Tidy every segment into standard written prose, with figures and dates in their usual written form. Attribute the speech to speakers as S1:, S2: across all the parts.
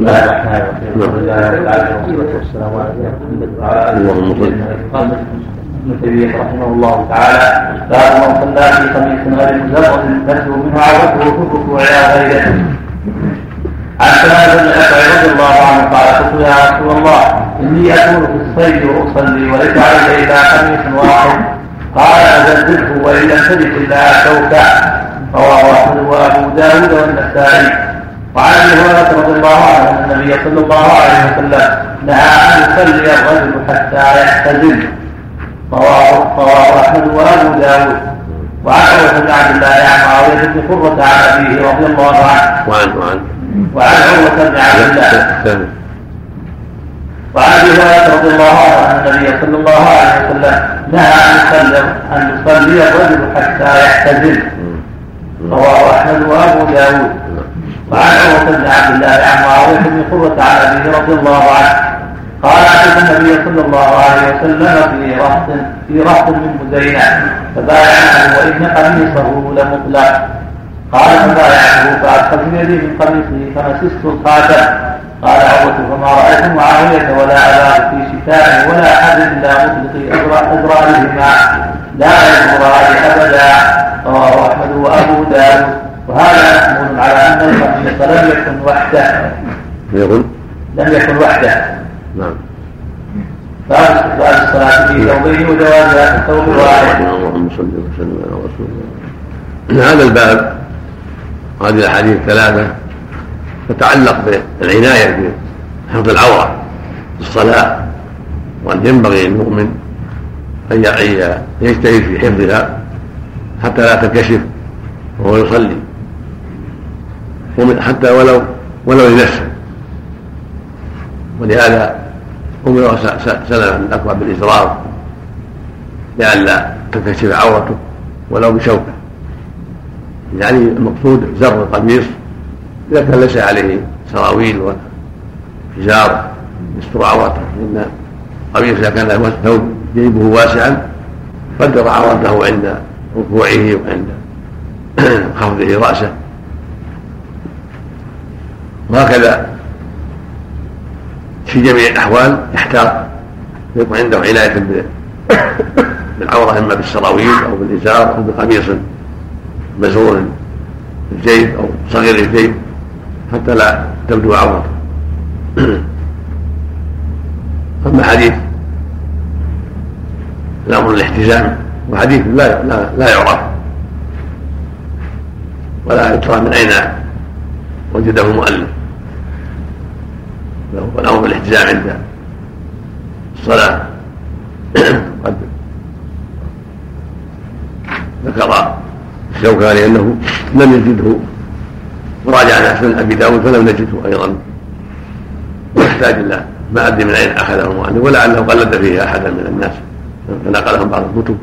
S1: الله الرحمن الرحيم. الحمد لله رب العالمين والصلاة والسلام على محمد وعلى آله وصحبه. قال ابن تيمية رحمه الله تعالى: باب من صلى في قميص غير مزرق تبدو منه عورته في الركوع إلى غيره. عن سلمان بن الأكوع رضي الله عنه قال: قلت يا رسول الله إني أكون في الصيد وأصلي وليس علي إلا قميص واحد، قال: أزلزله وإن لم تجد إلا شوكا. رواه أحمد وأبو داود والنسائي. وعن ابي هريره رضي الله عنه ان النبي صلى الله عليه وسلم نهى ان يصلي الرجل حتى يحتزم. رواه احمد وابو داود. وعن عروه بن عبد الله عن معاويه بن قرة عن ابيه رضي الله عنه. وعن عروه بن عبد الله. وعن ابي هريره رضي الله عنه ان النبي صلى الله عليه وسلم نهى ان يصلي الرجل حتى يحتزم. رواه احمد وابو داود. وعن عروة بن عبد الله عن معاوية بن قرة عن أبيه رضي الله عنه قال: أتيت النبي صلى الله عليه وسلم في رهط من مزينة فبايعنه وإن قميصه لمطلق. قال: فبايعنه فأدخلت يدي من قميصه فمسست الخاتم. قال عروة: فما رأيت معاوية ولا أباه في شتاء ولا أحد إلا مطلق أزرارهما لا يزوران أبدا. رواه أحمد وأبو داود. وهذا محمول على أن القميص لم يكن وحده. نعم. باب استحباب الصلاة في ثوبين وجوازها في الثوب الواحد.
S2: اللهم صل وسلم على رسول الله. هذا الباب هذه الأحاديث الثلاثة تتعلق بالعناية بحفظ العورة في الصلاة، وأن ينبغي للمؤمن أن يجتهد في حفظها حتى لا تنكشف وهو يصلي، حتى ولو لنفسه. ولهذا أمر سلم الأكبر بالإسرار لئلا تنكشف عورته ولو بشوكة. يعني المقصود زر القميص إذا كان ليس عليه سراويل وحجار يستر عورته، لأن القميص إذا كان له ثوب جيبه واسعا قدر عورته عند ركوعه وعند خفضه رأسه. وهكذا في جميع الأحوال يحتاط يكون عنده عناية بالعورة، إما بالسراويل أو بالإزار أو بقميص مزور الجيب أو صغير الجيب حتى لا تبدو عورته. أما حديث الأمر الاحتزام وحديث لا يعرف ولا يترى من أين وجده المؤلف، والأمر بالاحتزام عند الصلاة قد ذكر الشوكاني أنه لم يجده، وراجعنا سنن أبي داود فلم نجده أيضا، ويحتاج إلى ما أدري من أين أخذه المؤلف، ولعله قلد فيه أحدا من الناس فنقلهم بعض الكتب،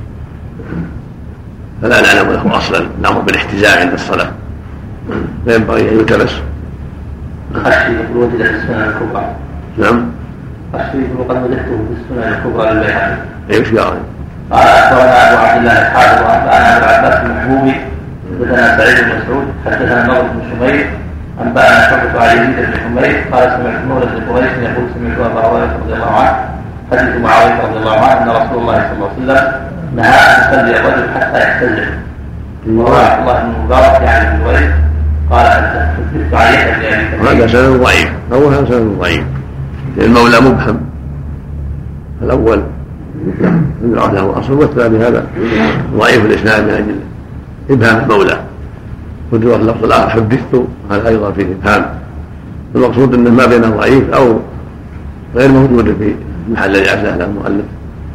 S2: فلا نعلم له أصلا الأمر بالاحتزام عند الصلاة، فينبغي أن يلتبس.
S1: خشي وجد في السنن الكبرى.
S2: نعم.
S1: خشي وقد وجدته في السنن الكبرى للبيهقي.
S2: ايش قال؟
S1: قال: أخبرنا أبو عبد الله إسحاق وأنبأنا أبو عباس المحبوبي حدثنا سعيد بن مسعود حدثنا نضر بن شمير أنبأنا شعبة علي بن حميد قال: سمعت مولى بن قريش يقول: سمعت أبا هريرة رضي الله عنه حديث معاوية رضي الله عنه أن رسول الله صلى الله عليه وسلم نهى أن يصلي الرجل حتى يحتزم. وروى عبد الله بن مبارك يعني بن قريش قال: حدثت عليه
S2: هذا سند ضعيف، أول هذا سند ضعيف، المولى مبهم، الأول له أصل والثاني هذا ضعيف الإسناد من أجل إبهام المولى. وجوه اللفظ الآخر حدثت هذا أيضا فيه إبهام، المقصود أنه ما بين ضعيف أو غير موجود في محل الإعزاء له المؤلف.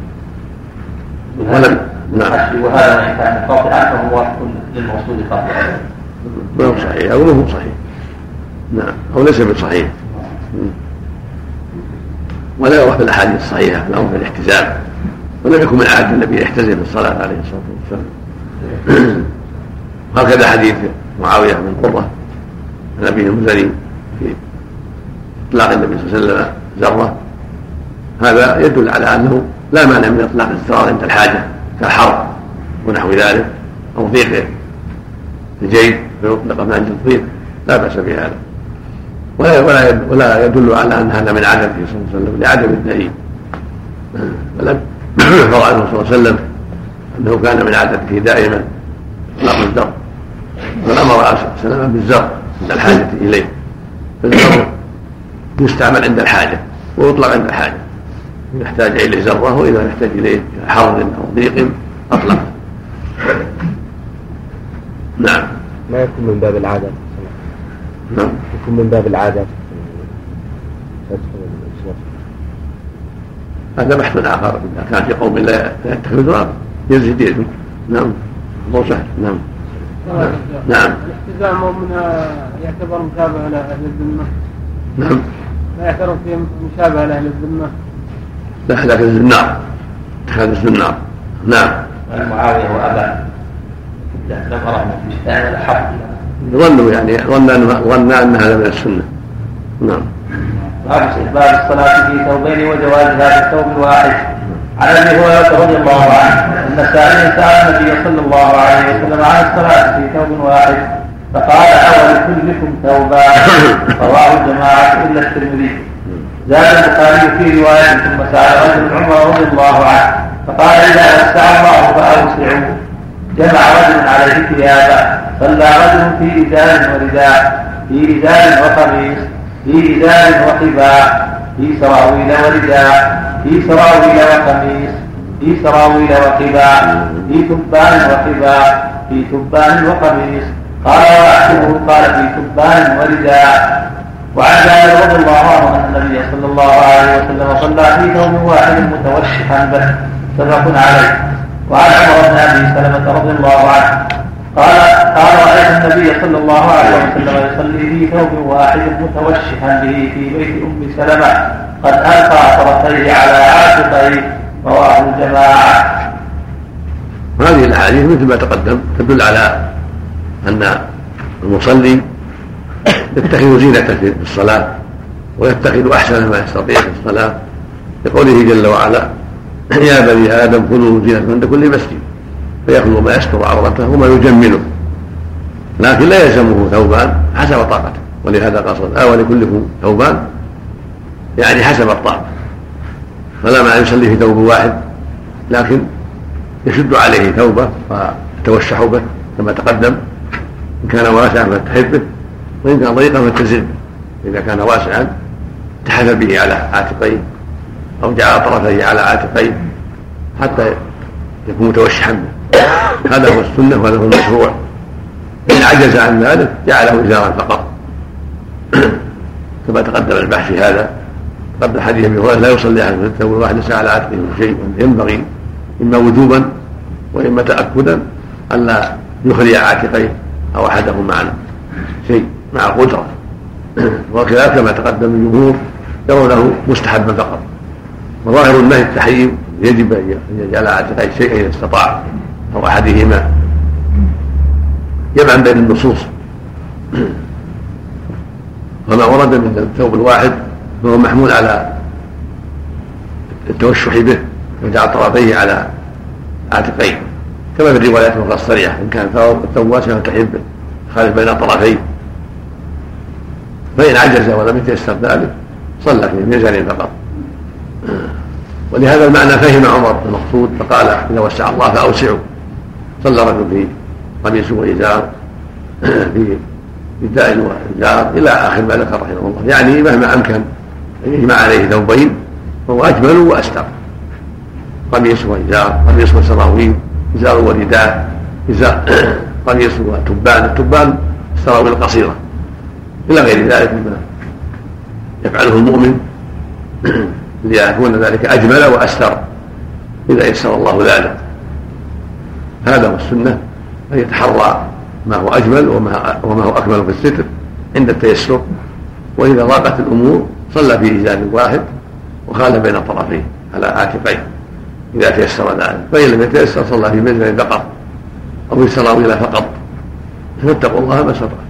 S1: وهذا وإن كان قاطعا فهو موافق للموصول قاطعا،
S2: ما هو صحيح أو هو صحيح، نعم، أو ليس بصحيح، ولا يروح بالأحاديث الصحيحة الأمر بالاحتزام، ولم يكن من عادة النبي يحتزم في الصلاة عليه الصلاة والسلام. هكذا حديث معاوية بن قرة عن أبيه المزني في إطلاق النبي صلى الله عليه وسلم زرة، هذا يدل على أنه لا مانع من إطلاق الزرار عند الحاجة كالحرب ونحو ذلك، أو ضيق الجيب فيطلق من عند الضيق، لا بأس بهذا. ولا يدل على أن هذا من عادته صلى الله عليه وسلم لعدم الدليل. ولم يخبر عنه صلى الله عليه وسلم أنه كان من عادته دائما إطلاق الزر، بل أمر صلى الله عليه وسلم بالزر عند الحاجة إليه، فالزر يستعمل عند الحاجة ويطلق عند الحاجة، إذا احتاج إليه زره، وإذا يحتاج إليه حر أو ضيق أطلق. نعم.
S3: ما يكون من باب العادة؟
S2: نعم.
S3: يكون من باب العادة.
S2: هذا بحث آخر، إذا كان في قوم لا يتخذون يزيد يده. نعم. الله سهل. نعم. نعم.
S4: الاحتزام من يعتبر مشابه لأهل الذمة.
S2: نعم.
S4: لا يعتبر فيه مشابه لأهل الذمة.
S2: لا، لكن الزنار اتخاذ الزنار. نعم.
S1: معاوية وأبا لم أرى في الإسلام ولا حق.
S2: ظنوا يعني ظن أن هذا من السنة. نعم.
S1: باب استحباب الصلاة في ثوبين وجوازها في الثوب الواحد. عن ابي هريرة رضي الله عنه أن سائلا سأل النبي صلى الله عليه وسلم عن الصلاة في ثوب واحد فقال: أول كلكم ثوبان. رواه الجماعة إلا الترمذي. زاد البخاري في رواية: ثم سأل رجل عمر رضي الله عنه فقال: إذا وسع الله فأوسعوا. جمع رجل عليه ثيابا، صلى رجل في إزار ورداء، في إزار وقميص، في إزار وقباء، في سراويل ورداء، في سراويل وقميص، في سراويل وقباء، في تبان وقباء، في تبان وقميص. قال: وأحسبه قال: في تبان ورداء. وعن جابر رضي الله عنه أن النبي صلى الله عليه وسلم صلى في ثوب واحد متوشحا به، متفق عليه. وعن عمر بن أبي سلمة رضي الله عنه قال: رأيت النبي صلى الله عليه وسلم يصلي في ثوب واحد متوشحا به في بيت أم سلمة قد ألقى طرفيه على عاتقيه. رواه الجماعة.
S2: هذه الأحاديث مثل ما تقدم تدل على أن المصلي يتخذ زينة في الصلاة ويتخذ أحسن ما يستطيع في الصلاة، لقوله جل وعلا: يا بني آدم خذوا زينة عند كل مسجد، فيأخذ ما يستر عورته وما يجمله، لكن لا يلزمه ثوبان حسب طاقته. ولهذا قصد ولكلكم ثوبان، يعني حسب الطاقة، فلا معنى يصلي في ثوب واحد، لكن يشد عليه ثوبه ويتوشح به كما تقدم، إن كان واسعا فاتحف به، وإن كان ضيقا فاتزر به. إذا كان واسعا تحف به على عاتقيه أو جعل طرفيه على عاتقيه حتى يكون متوشحا به. هذا هو السنة وهذا هو المشروع. إن عجز عن ذلك جعله إزارا فقط، كما تقدم البحث في هذا قبل حديث ابي هريرة: لا يصلي أحد في الثوب الواحد ليس على عاتقه شيء. ينبغي إما وجوبا وإما تأكدا ألا يخلي عاتقيه أو أحدهما معا شيء مع قدرة. وكذلك كما تقدم الجمهور يرونه مستحبا فقط، وظاهر النهي التحريم، يجب أن يجعل عاتقيه شيئا إذا استطاع أو أحدهما، جمعا بين النصوص. وما ورد من الثوب الواحد فهو محمول على التوشح به وجعل طرفيه على عاتقيه، كما في الروايات الصريحة: إن كان الثوب واسعا فاتحف به، خالف بين الطرفين. فإن عجز ولم يتيسر ذلك صلى في ميزان فقط. ولهذا المعنى فهم عمر المقصود فقال: إذا وسع الله فأوسعوا. صلى رجل في قميص وإزار، في رداء وإزار، إلى آخر ما ذكر رحمه الله. يعني مهما أمكن أن يجمع عليه ثوبين فهو أجمل وأستر: قميص وإزار، قميص وسراويل، إزار ورداء، قميص وتبان. التبان السراويل القصيرة إلى غير ذلك مما يفعله المؤمن ليكون ذلك أجمل وأستر إذا يسر الله ذلك. هذا هو السنة، أن يتحرى ما هو أجمل وما هو أكمل في الستر عند التيسر. وإذا ضاقت الأمور صلى في إزار واحد وخالف بين الطرفين على عاتقيه إذا تيسر ذلك، فإن لم يتيسر صلى في مزر فقط أو في سراويل فقط. فاتقوا الله ما استطعتم.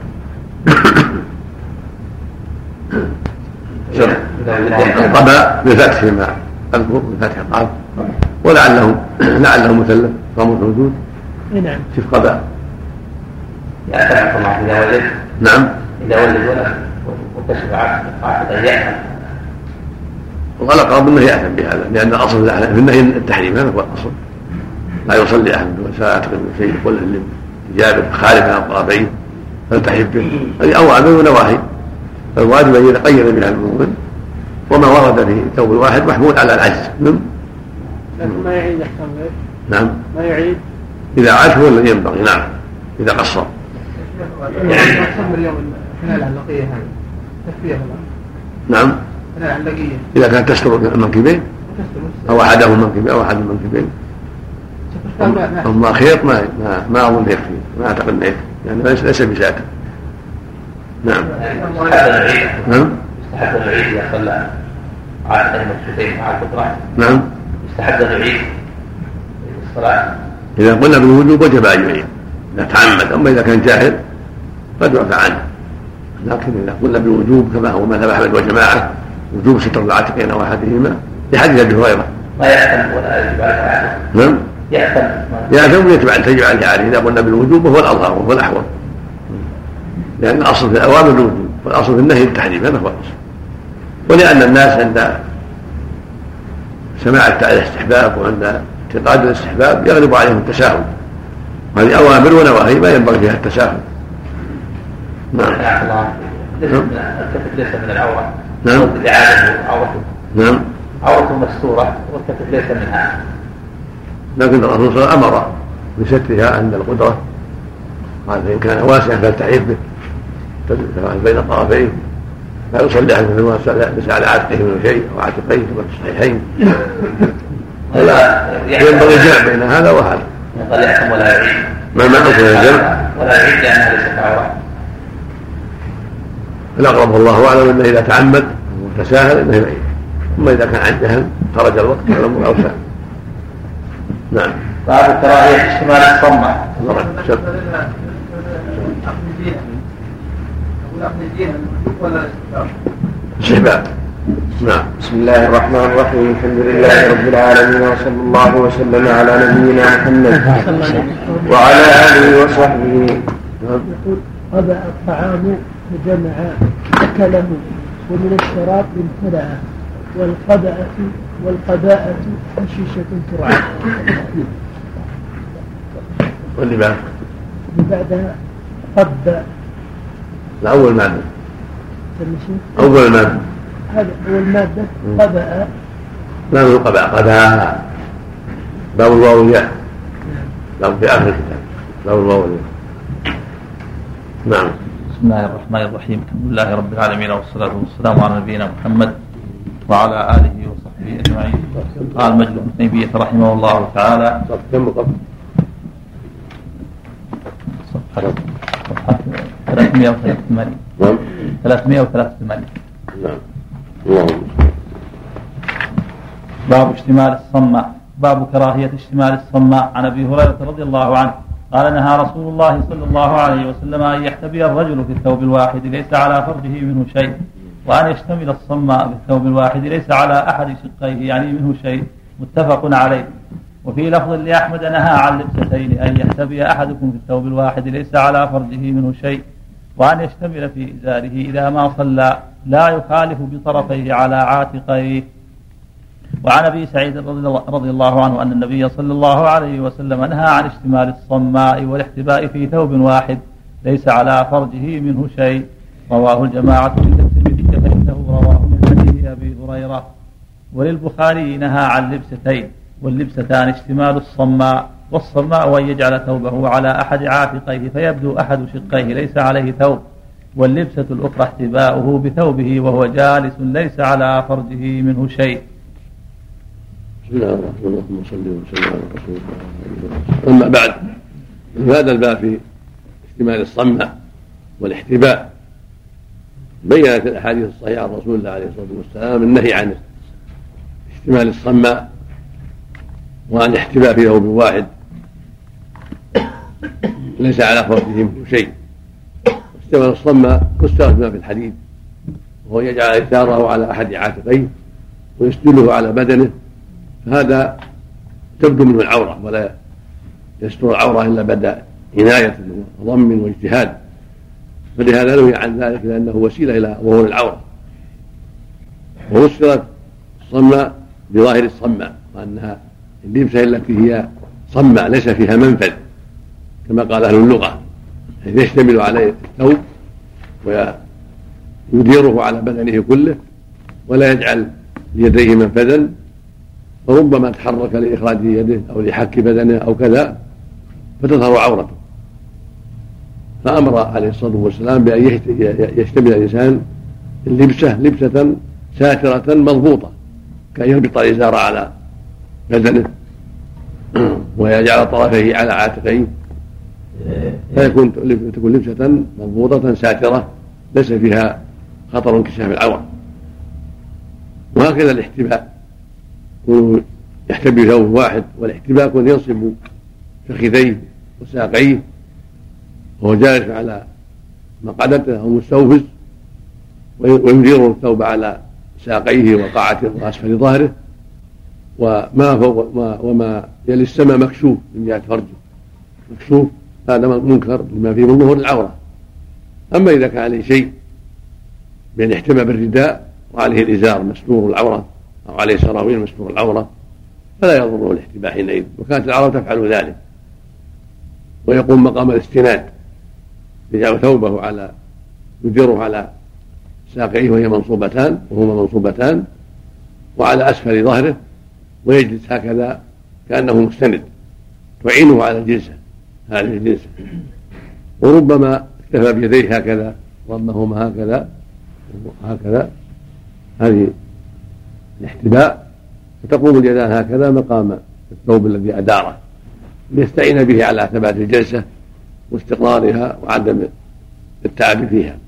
S2: القباء بالفتح فيما أذكر، بفتح القاف، ولعله مثلث قام الحدود.
S4: نعم.
S2: شوف قباء.
S1: يعتمد الله إذا ولد.
S2: نعم.
S1: إذا ولد واكتشف عقد يأثم.
S2: والأقرب أنه يأثم بهذا، لأن الأصل في النهي التحريم، هذا هو الأصل. لا يصلي أحد وسأعتقد أن شيء يقول الإجابة خارج عن الطرفين فالتحريم به، هذه أوامر ونواهي، فالواجب أن يتقيد بها المؤمن، وما ورد في ثوب الواحد محمول على العجز.
S4: لكن ما يعيد أحكام غير.
S2: نعم.
S4: ما يعيد.
S2: إذا عاش هو الذي ينبغي. نعم. إذا قصر.
S4: يعني صبر اليوم الحلال العلاقية هذه تكفيها الآن.
S2: نعم.
S4: الحلال العلاقية.
S2: إذا كانت تستر المنكبين أو أحدهم المنكبين أو أحد المنكبين. أما خيط ما أظن يكفي، ما أعتقد أنه يكفي، يعني ليس بساتر. نعم. نعم.
S1: يستحب العيد إذا صلى عادتين مكشوفين مع القدرة.
S2: نعم.
S1: يستحب العيد الصلاة.
S2: إذا قلنا بالوجوب وجب أن يعيد إذا تعمد، أما إذا كان جاهل قد يعفى عنه، لكن إذا قلنا بالوجوب كما هو مذهب أحمد وجماعة وجوب ستر العاتقين أو أحدهما لحديث أبي هريرة.
S1: ما يأثم ولا يجب عليه.
S2: نعم.
S1: يأثم
S2: ويجب أن تجب عليه إذا قلنا بالوجوب وهو الأظهر وهو الأحوط، لأن الأصل في الأوامر الوجوب والأصل في النهي التحريم، هذا هو الأصل. ولأن الناس عند سماع الاستحباب وعند اعتقاد الاستحباب يغلب عليهم التساهل، هذه أوامر ونواهي ما ينبغي فيها التساهل. نعم.
S1: الكتف ليس من العورة.
S2: نعم.
S1: عورته.
S2: نعم.
S1: عورته مستورة والكتف ليس منها.
S2: لكن الرسول صلى الله عليه وسلم أمر بسترها عند القدرة، قال فإن كان واسعا فلتحيط به بين الطرفين، لا يصلي أحد في الواسع ليس على عاتقه من شيء أو عاتقيه كما في الصحيحين. ينبغي الجمع بين هذا وهذا.
S1: قال يحكم ولا يعيد.
S2: ما أقول الجمع
S1: ولا يعيد لأنها ليست عورة.
S2: الأقرب الله أعلم أنه إذا تعمد وتساهل أنه يعيد، أما إذا كان عن جهل خرج الوقت فالأمر أوسع. نعم.
S1: باب كراهية اشتمال الصمة.
S2: استحباب. نعم.
S3: بسم الله الرحمن الرحيم، الحمد لله رب العالمين، وصلى الله وسلم على نبينا محمد وعلى آله وصحبه.
S5: يقول قبأ الطعام فجمع أكله، ومن الشراب امتلأ، والقباءة حشيشة ترعى.
S2: واللي
S5: بعدها قبأ.
S2: الأول مادة. أول مادة.
S5: هذا أول مادة قبأ.
S2: لا من قبأ قباء. باب الواو والياء. باب في آخر الكتاب. باب الواو والياء. نعم.
S1: بسم الله الرحمن الرحيم، الحمد لله رب العالمين، والصلاة والسلام على نبينا محمد وعلى آله وصحبه أجمعين. قال مجد بن تيمية رحمه الله تعالى.
S2: كم قبل؟
S1: صفحة 383.
S2: نعم.
S1: 383.
S2: نعم. اللهم.
S1: باب اشتمال الصماء. باب كراهية اشتمال الصماء. عن أبي هريرة رضي الله عنه قال نهى رسول الله صلى الله عليه وسلم أن يحتبي الرجل في الثوب الواحد ليس على فرجه منه شيء، وأن يشتمل الصماء في الثوب الواحد ليس على أحد شقيه يعني منه شيء، متفق عليه. وفي لفظ لأحمد نهى عن لبستين، أن يحتبي أحدكم في الثوب الواحد ليس على فرجه منه شيء، وأن يشتمل في إزاره إذا ما صلى لا يخالف بطرفيه على عاتقيه. وعن أبي سعيد رضي الله عنه أن النبي صلى الله عليه وسلم نهى عن اشتمال الصماء والاحتباء في ثوب واحد ليس على فرجه منه شيء. رواه الجماعة إلا الترمذي فإنه رواه من حديث أبي هريرة. وللبخاري نهى عن لبستين، واللبستان اشتمال الصماء، والصماء أن يجعل ثوبه على أحد عاتقيه فيبدو أحد شقيه ليس عليه ثوب، واللبسة الأخرى احتباؤه بثوبه وهو جالس ليس على فرجه منه شيء.
S2: بسم الله الرحمن الرحيم، اللهم صل وسلم على رسول الله. أما بعد، هذا الباب في اشتمال الصماء والاحتباء بينت الأحاديث الصحيحة عن رسول الله عليه الصلاة والسلام النهي عن اشتمال الصماء وعن الاحتباء في ثوب واحد ليس على فرجه منه شيء. اشتمال الصماء فسر بما في الحديث، وهو يجعل إثاره على أحد عاتقيه ويسدله على بدنه، فهذا تبدو منه العورة، ولا يستر العورة إلا بعد عناية وضم واجتهاد. فلهذا نهي عن ذلك لأنه وسيلة إلى ظهور العورة. وفسرت الصماء بظاهر الصماء وأنها اللبسة التي هي صماء ليس فيها منفذ كما قال أهل اللغة، يشتمل عليه الثوب ويديره على بدنه كله ولا يجعل ليديه منفذا، فربما تحرك لإخراج يده أو لحك بدنه أو كذا فتظهر عورته. فأمر عليه الصلاة والسلام بأن يشتمل الإنسان لبسة ساترة مضبوطة، كأن يربط الإزار على بدنه ويجعل طرفيه على عاتقيه، فيكون تكون لبسة مضبوطة ساترة ليس فيها خطر انكشاف العورة. وهكذا الاحتباء، يحتبي ثوب واحد، والاحتباء يكون ينصب فخذيه وساقيه وهو جالس على مقعدته أو مستوفز، ويدير الثوب على ساقيه وقاعته وأسفل ظهره، وما فوق وما يلي السماء مكشوف من جهة فرجه مكشوف، هذا منكر لما فيه من ظهور العورة. أما إذا كان عليه شيء بأن يحتمى بالرداء وعليه الإزار مستور العورة أو عليه سراويل مستور العورة فلا يضره الاحتباء حينئذ، وكانت العرب تفعل ذلك. ويقوم مقام الاستناد، يجعل ثوبه يديره على ساقيه وهما منصوبتان وعلى أسفل ظهره، ويجلس هكذا كأنه مستند تعينه على الجلسة هذه الجلسة. وربما اكتفى بيديه هكذا ضمهما هكذا هذه الاحتباء، فتقوم اليدان هكذا مقام الثوب الذي أداره ليستعين به على ثبات الجلسة واستقرارها وعدم التعب فيها.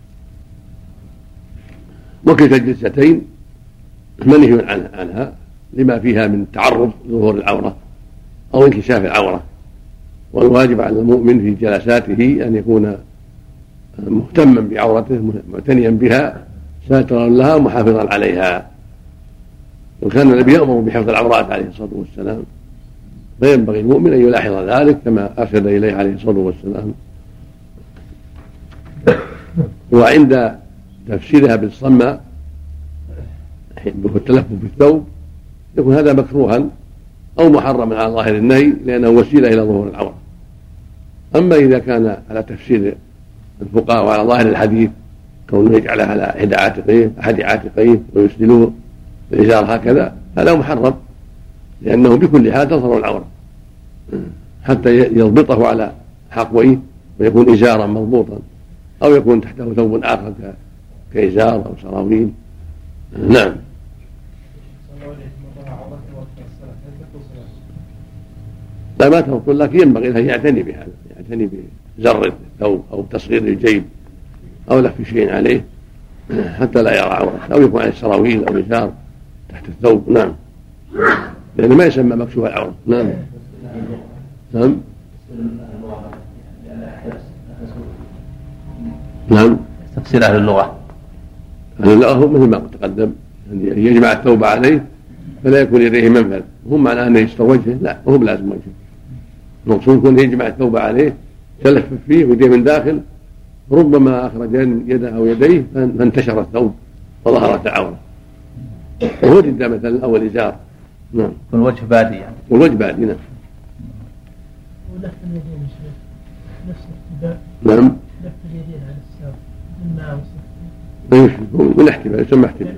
S2: وكلتا الجلستين منهي عنها لما فيها من تعرض لظهور العورة أو انكشاف العورة. والواجب على المؤمن في جلساته أن يكون مهتما بعورته معتنيا بها ساترا لها محافظا عليها. وكان النبي يأمر بحفظ العورات عليه الصلاة والسلام، فينبغي المؤمن أن يلاحظ ذلك كما أرشد إليه عليه الصلاة والسلام. وعند تفسيرها بالصمة والتلفف بالثوب يكون هذا مكروها أو محرما على ظاهر النهي لأنه وسيلة إلى ظهور العورة. أما إذا كان على تفسير الفقهاء وعلى ظاهر الحديث كونه يجعلها على أحد عاتقيه ويسدلوه الإزار هكذا هذا محرم، لأنه بكل حال تظهر العورة حتى يضبطه على حقويه ويكون إزارا مضبوطا، أو يكون تحته ثوب آخر كإزار أو سراويل. نعم. لا ما تبطل، لكن ينبغي أن يعتني بهذا، يعتني بزر الثوب أو تصغير الجيب أو لف شيء عليه حتى لا يرى عورته، أو يكون عليه سراويل أو إزار تحت الثوب. نعم، لأنه ما يسمى مكشوف العورة. نعم. نعم.
S1: تفسير أهل اللغة
S2: هو مثل ما تقدم أن يجمع الثوب عليه فلا يكون يديه منفذ، هم معناه أنه يستر وجهه، لا هو بلازم وجهه، المقصود يكون يجمع الثوب عليه تلفف فيه ويديه من داخل، ربما أخرج يده أو يديه فانتشر الثوب وظهرت العورة، ووجد مثلا أول إزار. نعم.
S1: والوجه بادي يعني.
S2: والوجه بادي. نعم.
S5: ولف اليدين نفس الاحتباء.
S2: نعم.
S5: لف اليدين على الساق بالماء
S2: من احتباء يسمى احتباء.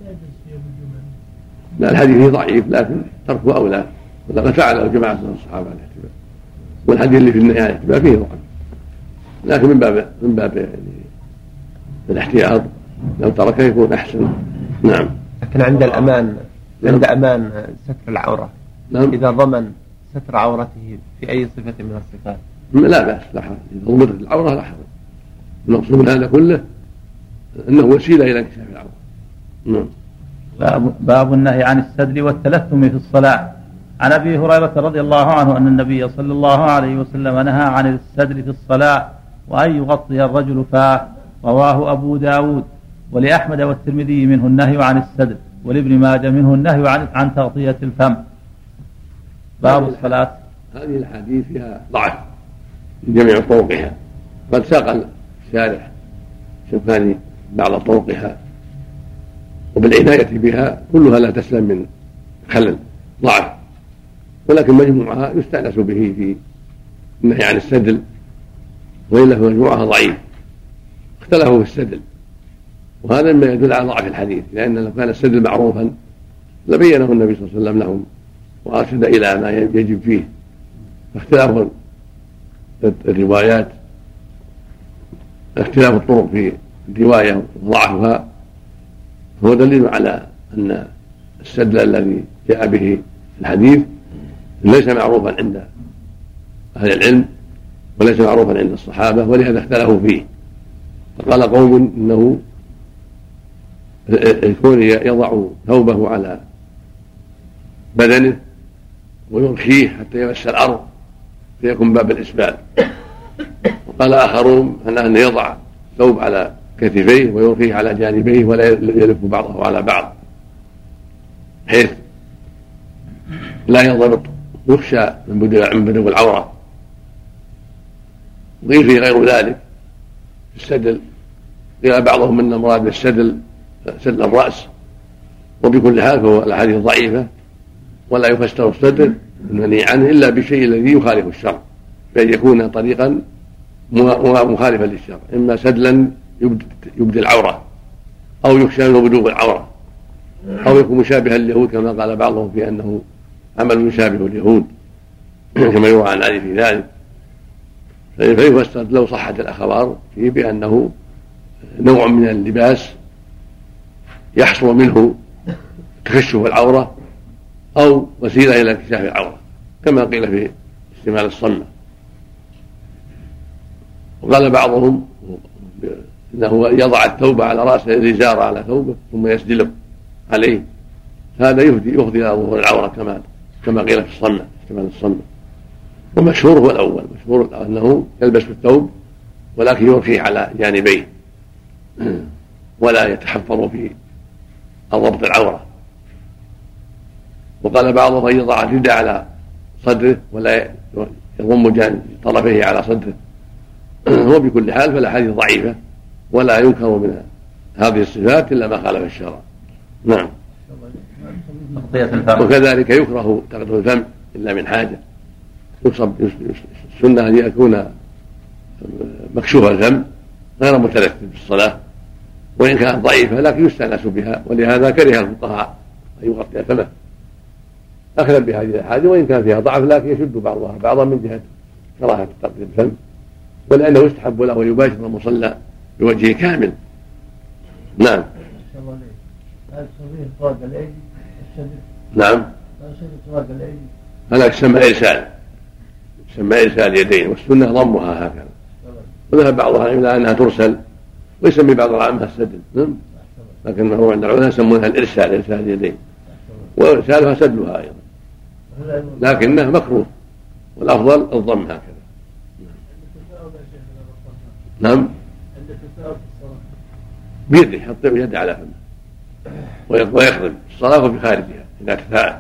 S2: لا الحديث فيه ضعيف لكن تركه أولى، ولقد فعله جماعة من الصحابة على الاحتباء، والحديث اللي في النهاية على الاحتباء فيه ضعف، لكن من باب يعني الاحتياط لو تركه يكون أحسن. نعم.
S3: لكن عند أمان ستر العورة.
S2: نعم.
S3: إذا ضمن ستر عورته في أي صفة من الصفات
S2: لا بأس، لا حرج، إذا ضمنت العورة لا حرج. المقصود من هذا كله أنه وسيلة إلى انكشاف العورة. نعم.
S1: باب النهي عن السدل والتلثم في الصلاة. عن أبي هريرة رضي الله عنه أن النبي صلى الله عليه وسلم نهى عن السدل في الصلاة وأن يغطي الرجل فاه، رواه أبو داود. ولأحمد والترمذي منه النهي عن السدل، ولابن ماجه منه النهي عن تغطية الفم. باب الصلاة.
S2: هذه الحديث فيها ضعف من جميع طرقها، قد ساق الشارح شوفان بعض طرقها وبالعناية بها كلها لا تسلم من خلل ضعف، ولكن مجموعها يستأنس به في النهي عن السدل، وإلا فمجموعها ضعيف. اختلفوا في السدل، وهذا مما يدل على ضعف الحديث، لأن لو كان السدل معروفا لبينه النبي صلى الله عليه وسلم لهم وأرشد إلى ما يجب فيه. فاختلاف الروايات، اختلاف الطرق في الرواية وضعفها هو دليل على أن السدل الذي جاء به الحديث ليس معروفا عند أهل العلم وليس معروفا عند الصحابة، ولهذا اختلفوا فيه. فقال قوم إنه الكون يضع ثوبه على بدنه ويرخيه حتى يمس الأرض فيكون باب الإسبال. وقال آخرون أنه يضع ثوب على كتفيه ويرخيه على جانبيه ولا يلف بعضه على بعض حيث لا ينضبط، يخشى من بدو العورة. وقيل فيه غير ذلك في السدل، قيل بعضهم ان المراد بالسدل سدل الرأس، وبكل حال فهو الأحاديث ضعيفة ولا يفسر السدل المنهي عنه إلا بالشيء الذي يخالف الشرع، بأن يكون طريقا مخالفا للشرع، إما سدلا يبدي العورة أو يخشى منه بدو العورة، أو يكون مشابها لليهود كما قال بعضهم في أنه عمل يشابه اليهود كما يروى عن علي في ذلك. فيفسر لو صحت الأخبار فيه بأنه نوع من اللباس يحصل منه تكشف العورة أو وسيلة إلى انكشاف العورة كما قيل في استعمال الصمة. وقال بعضهم انه يضع الثوب على راسه الازار على ثوبه ثم يسدله عليه، هذا يفضي الى ظهور العوره كما قيل في الصمه استعمال الصمه. ومشهور هو الاول، مشهور انه يلبس الثوب ولكن يرخيه على جانبيه ولا يتحفر في ضبط العوره. وقال بعضهم ان يضع الرداء على صدره ولا يضم جانب طرفيه على صدره. وبكل حال فالاحاديث ضعيفه ولا ينكر من هذه الصفات الا ما خالف الشرع. نعم. وكذلك يكره تغطية الفم الا من حاجه، السنه ان يكون مكشوف الفم غير متلثم في الصلاه، وان كانت ضعيفه لكن يستانس بها، ولهذا كره الفقهاء ان يغطي فمه اخذا بهذه الاحاديث، وان كان فيها ضعف لكن يشد بعضها بعضا من جهه كراهه تغطية الفم، ولأنه يستحب له ويباشر المصلى بوجهه كامل. نعم. نعم. هذا يسمى إرسال، يسمى إرسال اليدين، والسنة ضمها هكذا، وذهب بعضها إلى أنها ترسل، ويسمي بعض العامة السدل، لكن هو عند العلماء يسمونها الإرسال، إرسال اليدين، وإرسالها سدلها أيضا، لكنه مكروه والأفضل الضم هكذا. نعم. بيده يحط يده على فمه ويخرج الصلاة بخارجها إذا تفاعل.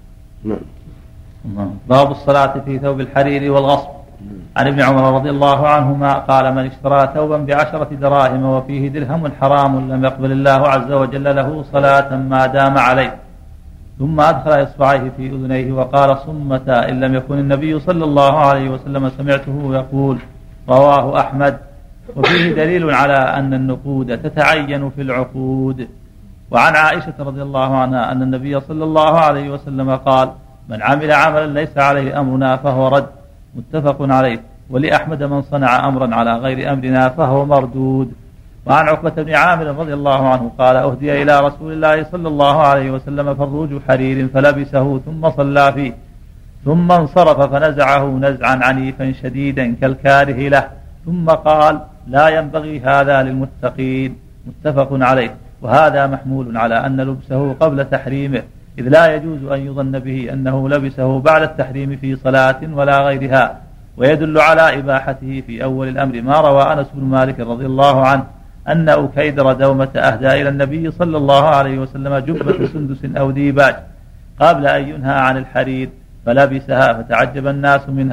S1: نعم. باب الصلاة في ثوب الحرير والغصب. عن ابن عمر رضي الله عنهما قال: من اشترى ثوبا ب10 دراهم وفيه درهم حرام لم يقبل الله عز وجل له صلاة ما دام عليه. ثم أدخل إصبعيه في أذنيه وقال: صمت إن لم يكن النبي صلى الله عليه وسلم سمعته يقول. رواه أحمد. وفيه دليل على أن النقود تتعين في العقود. وعن عائشة رضي الله عنها أن النبي صلى الله عليه وسلم قال: من عمل عملا ليس عليه أمرنا فهو رد. متفق عليه. ولأحمد: من صنع أمرا على غير أمرنا فهو مردود. وعن عقبة بن عامر رضي الله عنه قال: أهدي إلى رسول الله صلى الله عليه وسلم فروج حرير فلبسه ثم صلى فيه، ثم انصرف فنزعه نزعا عنيفا شديدا كالكاره له، ثم قال: لا ينبغي هذا للمتقين. متفق عليه. وهذا محمول على أن لبسه قبل تحريمه، إذ لا يجوز أن يظن به أنه لبسه بعد التحريم في صلاة ولا غيرها. ويدل على إباحته في أول الأمر ما روى أنس بن مالك رضي الله عنه أن أكيدر دومة أهدى إلى النبي صلى الله عليه وسلم جبة سندس أو ديباج قبل أن ينهى عن الحرير فلبسها فتعجب الناس منها،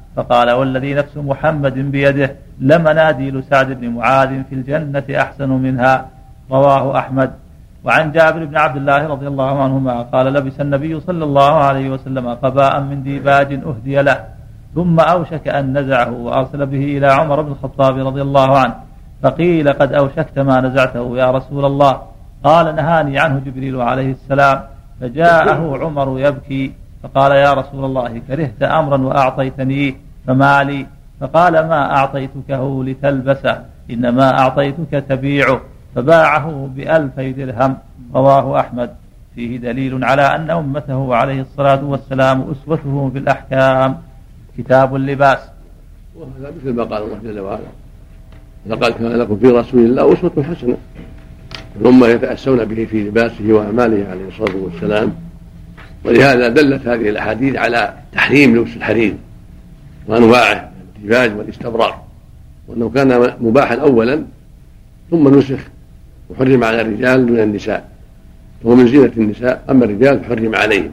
S1: فقال والذي نفس محمد بيده لمناديل سعد بن معاذ في الجنة أحسن منها. رواه أحمد. وعن جابر بن عبد الله رضي الله عنهما قال لبس النبي صلى الله عليه وسلم قباء من ديباج أهدي له ثم أوشك أن نزعه وأرسل به إلى عمر بن الخطاب رضي الله عنه فقيل قد أوشكت ما نزعته يا رسول الله؟ قال نهاني عنه جبريل عليه السلام. فجاءه عمر يبكي فقال يا رسول الله كرهت أمرا وأعطيتني فما لي؟ فقال ما أعطيتكه لتلبسه إنما أعطيتك تبيعه. فباعه ب2000 درهم. رواه أحمد. فيه دليل على أن أمته عليه الصلاة والسلام أسوته في الأحكام. كتاب اللباس.
S2: وهذا مثل ما قال الله جل وعلا لقد كان لكم في رسول الله أسوة حسنة. الأمة يتأسون به في لباسه وأعماله عليه الصلاة والسلام. ولهذا دلت هذه الأحاديث على تحريم لبس الحرير وأنواعه الديباج والاستبراق، وأنه كان مباحا أولا ثم نسخ وحرم على الرجال دون النساء، وهو من زينة النساء، أما الرجال فحرم عليهم.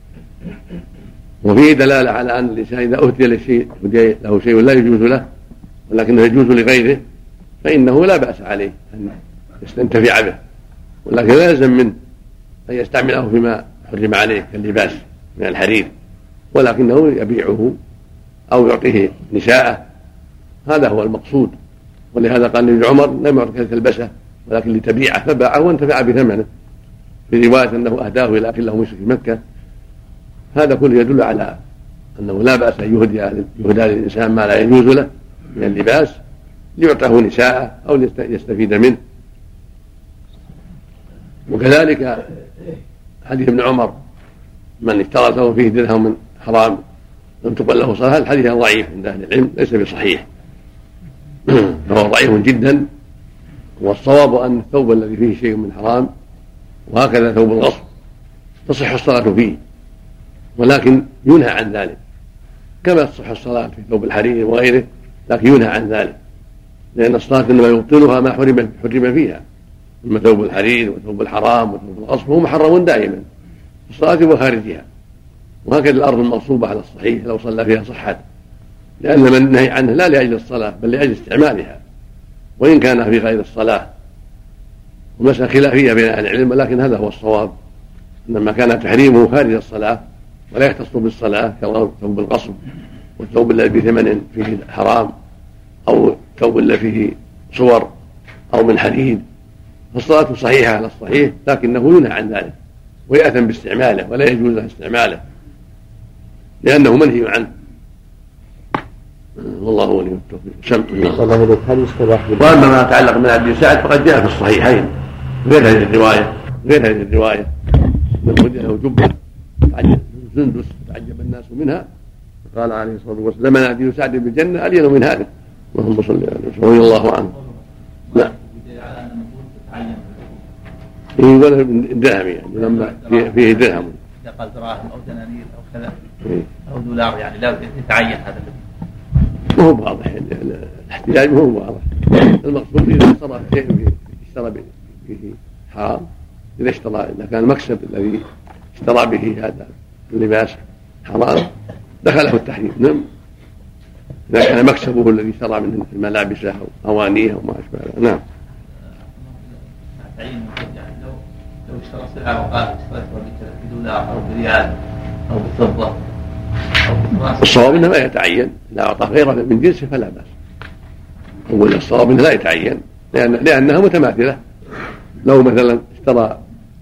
S2: وفيه دلالة على أن الإنسان إذا أهدي له شيء لا يجوز له ولكنه يجوز لغيره فإنه لا بأس عليه أن يستنتفع به، ولكن لا يلزم منه أن يستعمله فيما حرم عليه كاللباس من الحرير، ولكنه يبيعه أو يعطيه نساءه، هذا هو المقصود. ولهذا قال لعمر لم يعطك لتلبسه ولكن لتبيعه، فباعه وانتفع بثمنه. في رواية أنه أهداه إلى أخ له مشرك مكة. هذا كله يدل على أنه لا بأس أن يهدى للإنسان ما لا يجوز له من اللباس ليعطيه نساءه أو يستفيد منه. وكذلك حديث ابن عمر من اشترى له فيه درهم من حرام لم تقبل له صلاة، الحديث ضعيف عند أهل العلم ليس بصحيح، فهو ضعيف جدا. والصواب أن الثوب الذي فيه شيء من حرام وهكذا ثوب الغصب تصح الصلاة فيه، ولكن ينهى عن ذلك، كما تصح الصلاة في ثوب الحرير وغيره، لكن ينهى عن ذلك، لأن الصلاة إنما يبطلها ما حرم فيها، أما ثوب الحرير وثوب الحرام وثوب الغصب هو محرم دائما في الصلاة وخارجها. وهكذا الأرض المغصوبة على الصحيح لو صلى فيها صحت، لأن من النهي عنه لا لأجل الصلاة بل لأجل استعمالها، وإن كان في غير الصلاة. ومسألة خلافية بين أهل العلم، ولكن هذا هو الصواب، إنما كان تحريمه خارج الصلاة ولا يختص بالصلاة كثوب الغصب والثوب الذي بثمن فيه حرام أو الثوب الذي فيه صور أو من حديد، فالصلاة صحيحة على الصحيح، لكنه ينهى عن ذلك ويأثم باستعماله ولا يجوز له استعماله لأنه منهي عنه. والله ولي التوفيق. وأما ما يتعلق من عبد سعد فقد جاء في الصحيحين غير هذه الرواية من هدي له جبة سندس تعجب الناس منها، قال عليه الصلاة والسلام مناديل سعد بالجنة ألين من هذا. اللهم صل على وسلم رضي الله عنه. نعم. ولا درهم يعني لما فيه درهم.
S1: إذا قال دراهم أو دنانير أو كذا أو دولار يعني لا يتعين هذا.
S2: ما هو واضح الاحتياج ما هو واضح. المقصود إذا اشترى شيء فيه حرام، إذا كان المكسب الذي اشترى به هذا اللباس حرام دخله التحريم. نعم. إذا كان مكسبه الذي اشترى من ملابسه أو أوانيه وما أشبه. نعم.
S1: لو اشترى سلعة وقال اشتريتها بدولار أو بريال أو بفضة أو بفضة،
S2: الصواب إنه لا يتعين، إذا أعطى غيره من جنسه فلا بأس. أولا الصواب إنه لا يتعين لأنها متماثلة. لو مثلا اشترى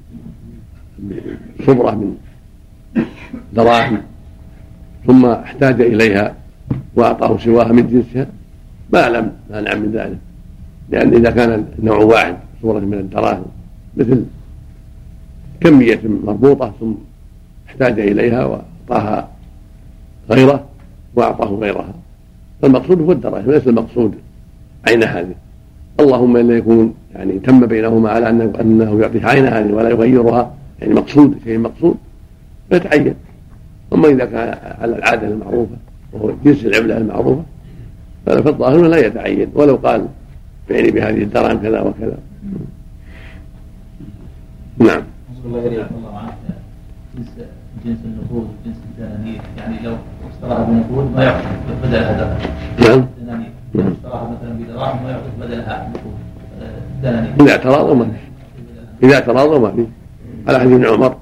S2: صبرة من دراهم ثم احتاج إليها وأعطاه سواها من جنسها ما أعلم مانع من ذلك، لأن إذا كان النوع واحد صورة من الدراهم مثل كمية مربوطة ثم احتاج إليها وأعطاها غيره وأعطاه غيرها، فالمقصود هو الدراهم ليس المقصود عين هذه. اللهم إلا يكون يعني تم بينهما على أنه يعطيها عين هذه ولا يغيرها، يعني مقصود شيء مقصود فيتعين. أما إذا كان على العادة المعروفة وهو جنس العملة المعروفة فالظاهر لا يتعين، ولو قال يعني بهذه الدراهم كذا وكذا. نعم.
S1: جنس النقود وجنس الدنانير، يعني لو اشتراها بنقود ما يعطي بدلها
S2: نعم.
S1: الدنانير، لو اشتراها مثلا بدراهم ما يعطي بدلها نقود الدنانير.
S2: إذا اعتراضوا ما فيه على حديث ابن عمر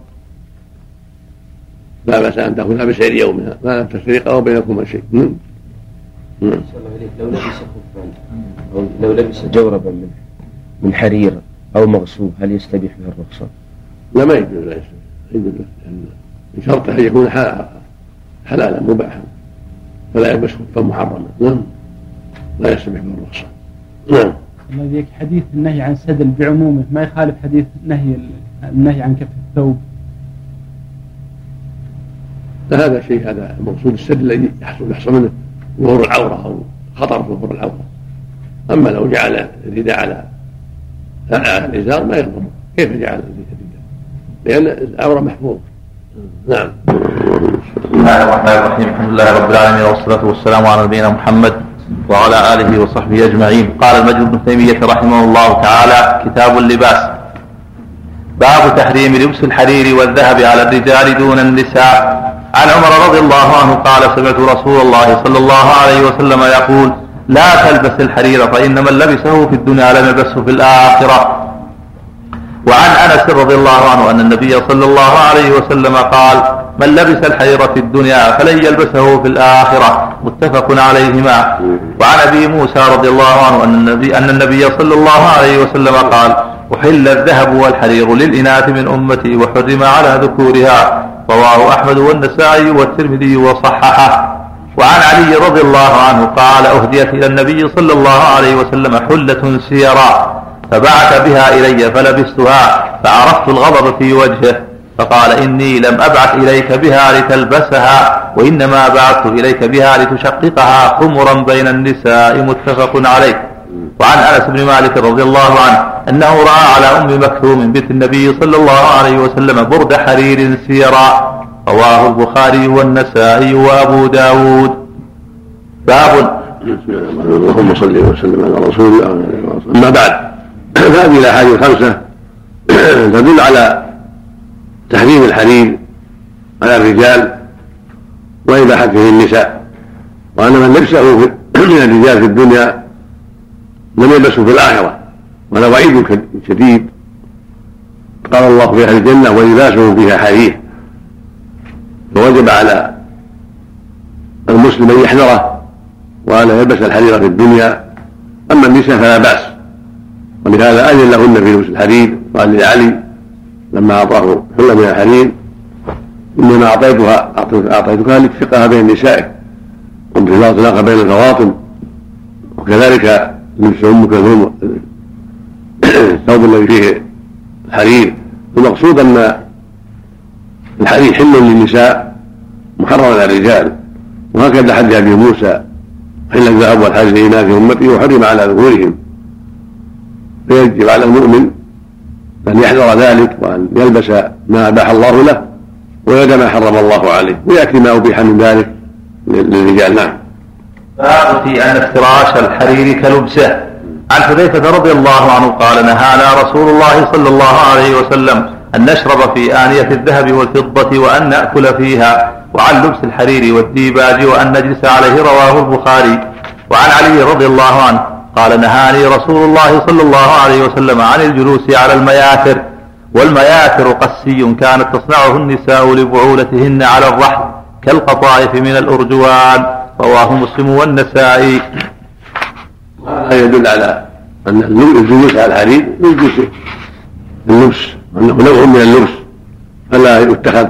S2: لا بأس أن تأخذها بسعر يومها ما تفرق بينكما شيء.
S3: لو لبس خفان أو لو لبس جوربا من حرير أو مغصوب هل يستبيح به الرخصة؟
S2: لا ما يجوز، لا يجوز، من شرط أن يكون حلالا مباحا فلا يلبس خفا محرما. نعم لا يستبيح به الرخصة. نعم.
S6: الذي حديث النهي عن السدل بعمومه ما يخالف حديث النهي عن كف الثوب.
S2: هذا شيء، هذا مقصود السدل الذي يحصل منه ظهور العورة أو خطر في ظهور العورة. أما لو جعل الرداء على الإزار ما يضر. كيف جعل الرداء؟ لأن العورة محفوظ. نعم.
S1: بسم الله الرحمن الرحيم. الحمد لله رب العالمين والصلاة والسلام على نبينا محمد وعلى آله وصحبه أجمعين. قال المجد بن تيمية رحمه الله تعالى: كتاب اللباس. باب تحريم لبس الحرير والذهب على الرجال دون النساء. عن عمر رضي الله عنه قال: سمعت رسول الله صلى الله عليه وسلم يقول: لا تلبس الحرير فإن من لبسه في الدنيا لم يلبسه في الآخرة. وعن أنس رضي الله عنه أن النبي صلى الله عليه وسلم قال: من لبس الحرير في الدنيا فلن يلبسه في الآخرة. متفق عليهما. وعن أبي موسى رضي الله عنه أن النبي صلى الله عليه وسلم قال: أحل الذهب والحرير للإناث من أمتي وحرم على ذكورها. رواه أحمد والنسائي والترمذي وصححه. وعن علي رضي الله عنه قال: أهديت إلى النبي صلى الله عليه وسلم حلة سيراء فبعث بها إلي فلبستها فعرفت الغضب في وجهه فقال: إني لم أبعث إليك بها لتلبسها وإنما بعثت إليك بها لتشققها خمرا بين النساء. متفق عليه. وعن أنس بن مالك رضي الله عنه أنه رأى على أم مكتوم بنت النبي صلى الله عليه وسلم برد حرير سيراء. رواه البخاري والنسائي وأبو داود. باب.
S2: اللهم صل وسلم على رسول الله. أما بعد، فهذه الأحاديث الخمسة تدل على تحريم الحرير على الرجال وإباحته للنساء، وأن من لبسه من الرجال في الدنيا لم يلبسه في الآخرة، وهذا وعيد شديد. قال الله في أهل الجنة: ولباسهم فيها حرير. فوجب على المسلم أن يحذره وأن يلبس الحرير في الدنيا. أما النساء فلا بأس، ولهذا أذن لهن في لبس الحرير. قال لعلي لما أعطاه حلة من الحرير: إنما أعطيتها لتفقها بين نسائك، وانتظار العلاقة بين الفواطم. وكذلك لبس أم كلثوم الثوب الذي فيه الحرير. المقصود أن الحرير حل للنساء محرم على الرجال، وهكذا حديث أبي موسى: حل الذهب والحرير لإناث أمتي وحرم على ذكورهم. فيجب على المؤمن أن يحذر ذلك وأن يلبس ما أباح الله له ويدع ما حرم الله عليه، ويأتي ما أبيح من ذلك للرجال. نعم.
S1: باب في أن افتراش الحرير كلبسه. عن حذيفة رضي الله عنه قال: نهانا رسول الله صلى الله عليه وسلم أن نشرب في آنية الذهب والفضة وأن نأكل فيها، وعن لبس الحرير والديباج وأن نجلس عليه. رواه البخاري. وعن علي رضي الله عنه قال: نهاني رسول الله صلى الله عليه وسلم عن الجلوس على المياثر. والمياثر قسي كانت تصنعه النساء لبعولتهن على الرحل كالقطائف من الأرجوان. رواه مسلم والنسائي.
S2: هذا يدل على أن الجلوس على الحرير من جنس اللبس، أنه نوع من اللبس، فلا يتخذ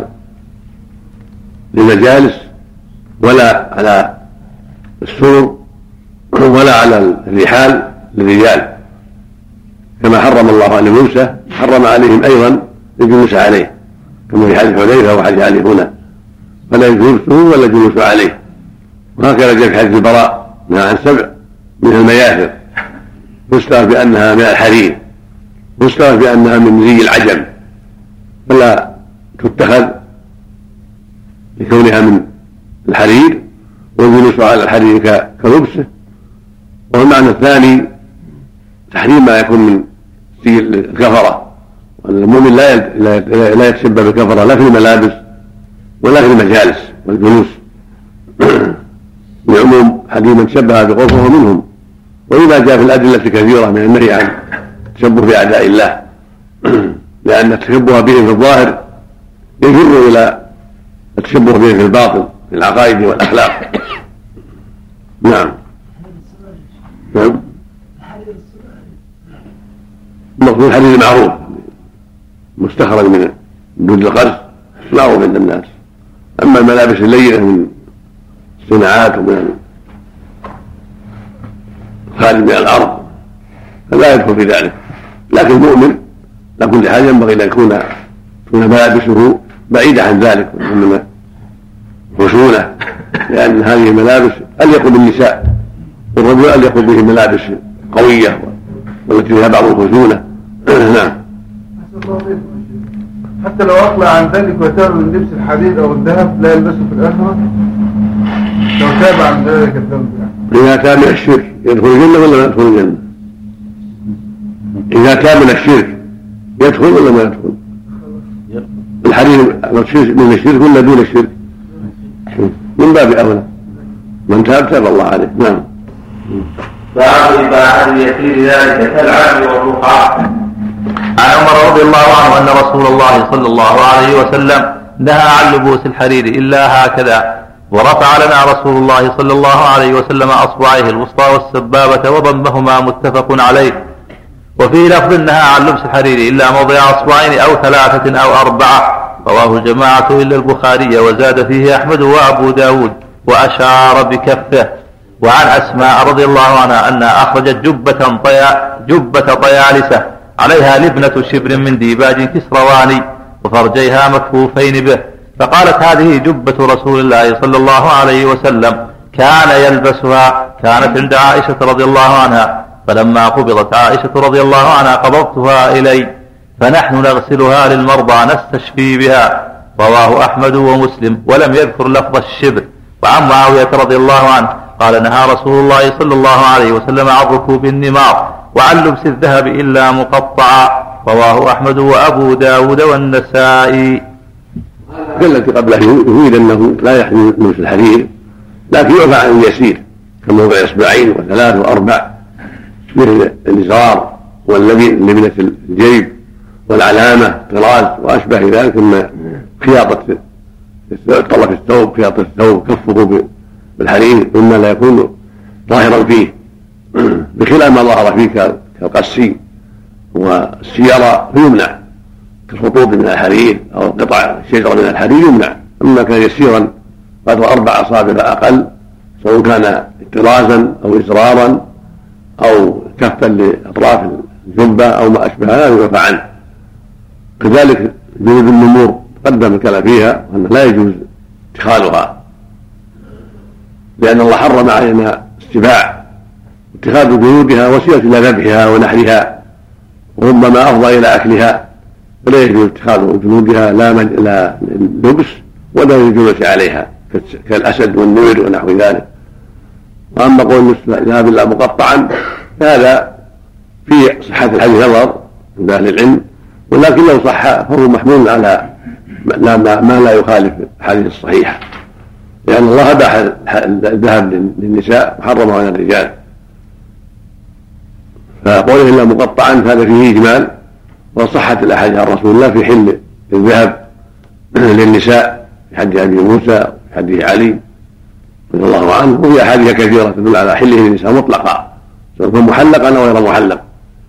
S2: للمجالس ولا على السور ولا على الرحال للرجال، كما حرم الله على موسى حرم عليهم أيضا الجلوس عليه، كما في حديث حذيفة وحديث علي هنا: فلا يجلسه ولا جلوس عليه. وهكذا جاء في حديث البراء: نهى عن 7 من المياثر، يستوى بأنها من الحرير، يستوى بأنها من زي العجم، فلا تتخذ لكونها من الحرير، والجلوس على الحرير كلبسه. والمعنى الثاني تحريم ما يكون من زي الكفرة والمؤمن لا يتشبه بالكفرة لا في الملابس ولا في المجالس والجلوس بعموم حديث من شبه بقوم فهو منهم. وإذا جاء في الأدلة كثيرة من النهي عن التشبه بأعداء الله لأن التشبه بهم في الظاهر يجر إلى التشبه بهم في الباطن في العقائد والأخلاق. نعم. نعم. المقصود الحديث المعروف مستخرج من دود القرش معروف عند الناس. أما الملابس اللينة من الصناعات ومن خارج من الأرض فلا يدخل في ذلك. لكن المؤمن لا كل حال ينبغي أن يكون ملابسه بعيدة عن ذلك من خشونة، لأن هذه الملابس أليق بالنساء والرجل أليق به ملابس قوية والتي فيها بعض الخشونة. نعم.
S3: حتى لو أقلع عن ذلك وتاب من لبس الحديد أو الذهب لا يلبسه في الآخرة لو تاب عن ذلك الذنب
S2: إذا تاب من الشرك يدخل الجنة ولا ما يدخل الجنة؟ إذا تاب من الشرك يدخل ولا ما يدخل؟ الحديث من الشرك ولا دون الشرك؟ من باب أولى من تاب تاب الله عليه. نعم.
S1: باب إباحة يسير ذلك كالعبد والرقعة. عن عمر رضي الله عنه أن رسول الله صلى الله عليه وسلم نهى عن لبوس الحرير إلا هكذا، ورفع لنا رسول الله صلى الله عليه وسلم أصبعيه الوسطى والسبابة وضمهما متفق عليه. وفي لفظ نهى عن لبس الحرير إلا موضع أصبعين أو 3 أو 4. رواه الجماعة إلا البخاري وزاد فيه أحمد وأبو داود وأشار بكفه. وعن أسماء رضي الله عنها أنها أخرجت جبة طيالسة عليها لبنة شبر من ديباج كسرواني وفرجيها مكفوفين به، فقالت هذه جبة رسول الله صلى الله عليه وسلم كان يلبسها. كانت عند عائشة رضي الله عنها، فلما قبضت عائشة رضي الله عنها قبضتها إلي، فنحن نغسلها للمرضى نستشفي بها. رواه أحمد ومسلم ولم يذكر لفظ الشبر. وعن معاوية رضي الله عنه قال نهى رسول الله صلى الله عليه وسلم عن ركوب النمار وعن لبس الذهب إلا مقطعا. رواه أحمد وأبو داود والنسائي.
S2: التي قبله يفيد أنه لا يحمل لبس الحرير، لكن يعفى عن اليسير كموضع 2 و3 و4 مثل الإزار واللبنة الجيب والعلامة طراز وأشبه ذلك، ثم خياطة طرف الثوب، خياطة الثوب كفه بالحرير مما لا يكون ظاهرا فيه بخلاف ما ظهر فيه كالقسي والسيارة فيمنع كالخطوط من الحرير أو قطع شجرة من الحرير يمنع. أما كان يسيرا قدر 4 أصابع فأقل سواء كان طرازا أو إزرارا أو كفا لأطراف الجبة أو ما أشبه لا يعفى عنه. كذلك جلود النمور قدم الكلام فيها وأنه لا يجوز اتخاذها، لأن الله حرم علينا السباع اتخاذ جلودها وسيلة إلى ذبحها ونحرها وربما أفضى إلى أكلها، فلا يجوز اتخاذ جلودها لا للبس ولا للجلوس عليها كالأسد والنمر ونحو ذلك. وأما قول الذهب إلا مقطعا فهذا في صحة الحديث نظر عند أهل العلم، ولكن لو صح فهو محمول على ما لا يخالف الحديث الصحيحة، لأن الله أباح الذهب للنساء وحرمه على الرجال. فقوله إلا مقطعا فهذا فيه إجمال، وصحت الأحاديث عن رسول الله في حل الذهب للنساء في حديث أبي موسى وفي حديث علي رضي الله عنه، وفي أحاديث كثيرة تدل على حله للنساء مطلقا سواء كان محلقا أو غير محلق.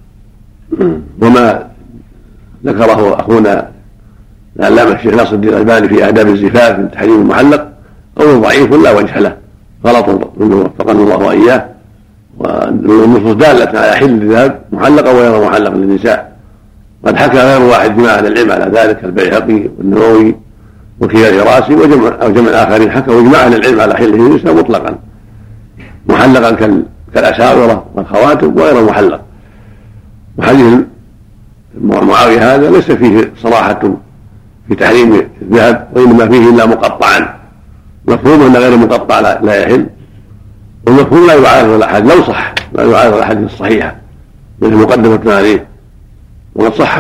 S2: وما ذكره أخونا العلامة الشيخ ناصر الدين الألباني في آداب الزفاف من تحريم المحلق قول ضعيف لا وجه له، غلط منه وفقنا الله وإياه. والنصوص دالة على حل الذهب محلقا وغير محلق للنساء، قد حكى غير واحد جماعة العلم على ذلك البيهقي والنووي وكيال راسي وجمع آخرين حكوا إجماع العلم على حله للنساء مطلقا محلقا كالأساورة والخواتم وغير محلق. وحديث معاوية هذا ليس فيه صراحة في تحريم الذهب، وإنما فيه إلا مقطعا، مفهوم أن غير مقطع لا يحل، والمفهوم لا يعارض الأحاديث لو صح لا يعارض الأحاديث الصحيحة مثل مقدمة عليه. وقد صح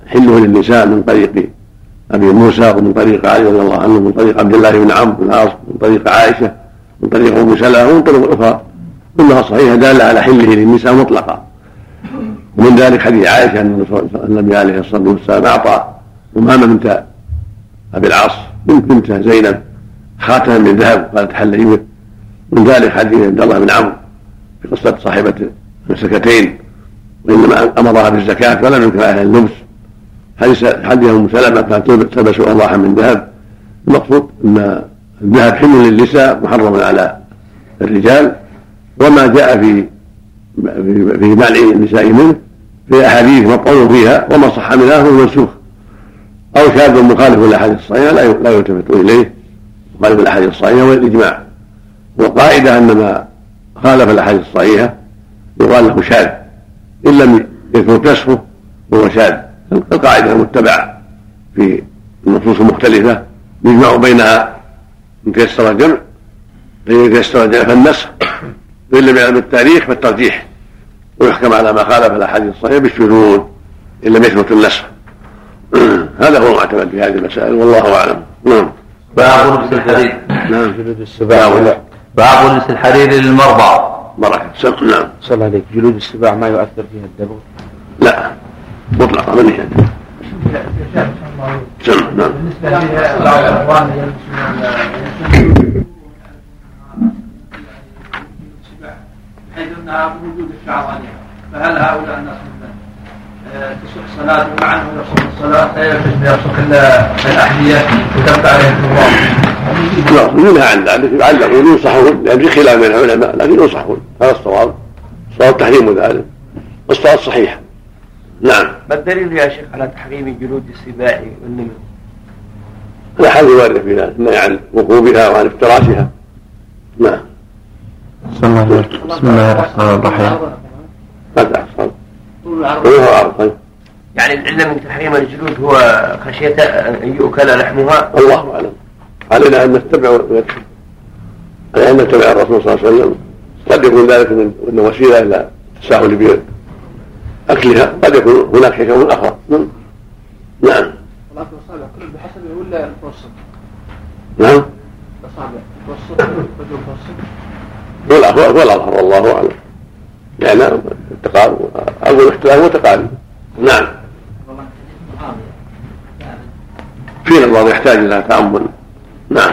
S2: حله للنساء من طريق أبي موسى ومن طريق علي رضي الله عنه ومن طريق عبد الله بن عمرو بن العاص ومن طريق عائشة ومن طريق أم سلمة ومن طريق أخرى كلها صحيحة دالة على حله للنساء مطلقا. ومن ذلك حديث عائشة أن النبي عليه الصلاة والسلام أعطى أمامة بنت أبي العاص بنت زينب خاتما من ذهب قالت حلي به. من ذلك حديث عبد الله بن عمرو في قصة صاحبة المسكتين وإنما أمرها بالزكاة ولم ينكر أهل اللبس. حديث أم سلمة كانت تلبس أضاحا من ذهب. المقصود أن الذهب حل للنساء محرم على الرجال، وما جاء في منع النساء منه في أحاديث مطعون فيها وما صح منها هو منسوخ أو شاذ مخالف للأحاديث الصحيحة لا يلتفت إليه مخالف الأحاديث الصحيحة والإجماع. والقاعدة أن ما خالف الأحاديث الصحيحة يقال له شاذ إن لم يثبت نسخه وهو شاذ. القاعدة المتبعة في النصوص المختلفة يجمع بينها إن تيسر الجمع فإن تيسر الجمع فالنسخ، وإن لم يعلم التاريخ فالترجيح، ويحكم على ما خالف الأحاديث الصحيحة بالشذوذ إن لم يثبت النسخ. هذا هو المعتمد في هذه المسائل والله أعلم. نعم.
S1: باب لبس الحرير.
S2: نعم.
S3: جلود السباع
S1: باب لبس الحرير للمرضى.
S2: بركة. نعم.
S3: صلى الله عليك. جلود السباع ما يؤثر فيها الدبغ؟
S2: لا مطلقا من هي. نعم.
S4: بالنسبة لبعض الأخوان يلبسون حيث أنها بوجود الشعر عليها، فهل هؤلاء الناس تصح الصلاة ومع أنه يصح الصلاة لا يصح إلا الأحذية وتبقى عليها النظام؟
S2: لا ينهى عن ذلك، يعلقون ينصحون لأن في خلاف بين العلماء لكن ينصحون. هذا الصواب، الصواب تحريم ذلك والصلاة صحيحة. نعم.
S3: ما الدليل يا شيخ على تحريم جلود السباع والنمر؟
S2: الأحاديث واردة في ذلك، النهي عن ركوبها وعن افتراشها. نعم.
S3: بسم الله الرحمن الرحيم.
S2: هذا أحسن. طيب.
S3: يعني العلة من تحريم الجلود هو خشية أن يؤكل لحمها؟
S2: الله أعلم. علينا أن نتبع ويكفي، علينا أن نتبع الرسول صلى الله عليه وسلم. قد يكون ذلك من وسيلة إلى التساهل بأكلها، قد يكون هناك حكم آخر. نعم.
S4: ولكن الأصابع كل بحسب ولا المتوسط؟
S2: نعم.
S4: الأصابع المتوسط رجل
S2: هو
S4: متوسط؟
S2: الأظهر والله أعلم. يعني التقارب أقول اختلاف وتقارب. نعم. في نظر يحتاج إلى تأمل. نعم.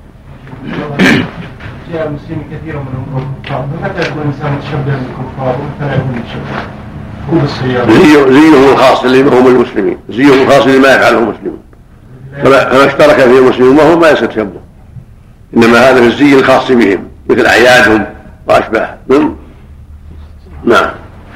S5: جاء المسلمين كثير من الكفار، فمتى يكون الإنسان متشبه بالكفار ومتى لا يكون متشبه؟ هو بالسيارة.
S2: زيهم الخاص اللي هم المسلمين، زيهم الخاص اللي ما يفعله المسلمون. فما اشترك فيه المسلمون وهم ما يصير تشبه، إنما هذا في الزي الخاص بهم مثل أعيادهم وأشباه. نعم.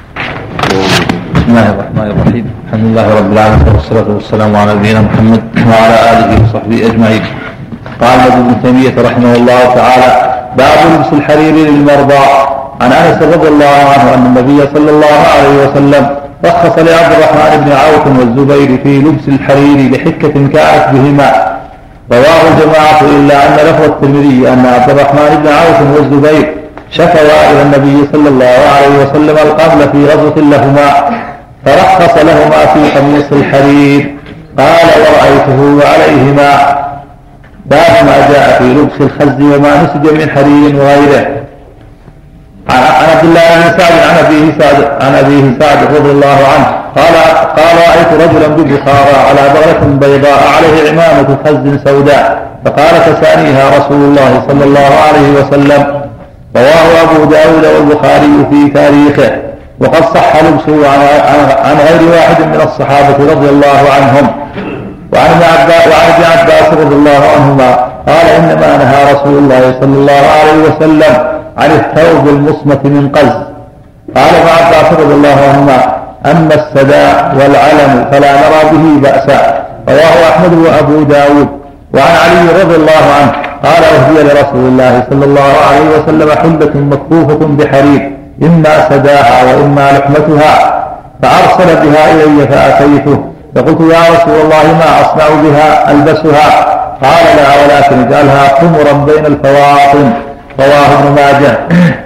S1: بسم الله الرحمن الرحيم. الحمد لله رب العالمين والصلاة والسلام على نبينا محمد وعلى آله وصحبه أجمعين. قال ابن تيمية رحمه الله تعالى: باب لبس الحرير للمرضى. عن أنس رضي الله عنه أن النبي صلى الله عليه وسلم رخص لعبد الرحمن بن عوف والزبير في لبس الحرير لحكة كانت بهما. رواه الجماعة إلا أن لفظ الترمذي أن عبد الرحمن بن عوف والزبير شكوا إلى النبي صلى الله عليه وسلم القبل في غزوة لهما فرخص لهما في قميص الحرير. قال: ورأيته عليهما. باب ما جاء في لبس الخز وما نسج من حرير وغيره. عن عبد الله بن سعد عن أبيه سعد رضي الله عنه قال: رأيت رجلا ببخارى على بغلة بيضاء عليه عمامة خز سوداء، فقال: كسانيها رسول الله صلى الله عليه وسلم. رواه أبو داود والبخاري في تاريخه. وقد صح لبسه عن غير واحد من الصحابة رضي الله عنهم. وعن ابن عباس رضي الله عنهما قال: إنما نهى رسول الله صلى الله عليه وسلم عن الثوب المصمة من قز. قال ابن عباس رضي الله عنهما: أما السداء والعلم فلا نرى به بأسا. رواه أحمد وأبو داود. وعن علي رضي الله عنه قال: أهدي لرسول الله صلى الله عليه وسلم حلة مكفوفة بحرير إما سداها وإما لحمتها، فأرسل بها إلي فأتيته فقلت: يا رسول الله ما أصنع بها ألبسها؟ قال: لا، ولكن اجعلها خمرا بين الفواطم. رواه ابن ماجه.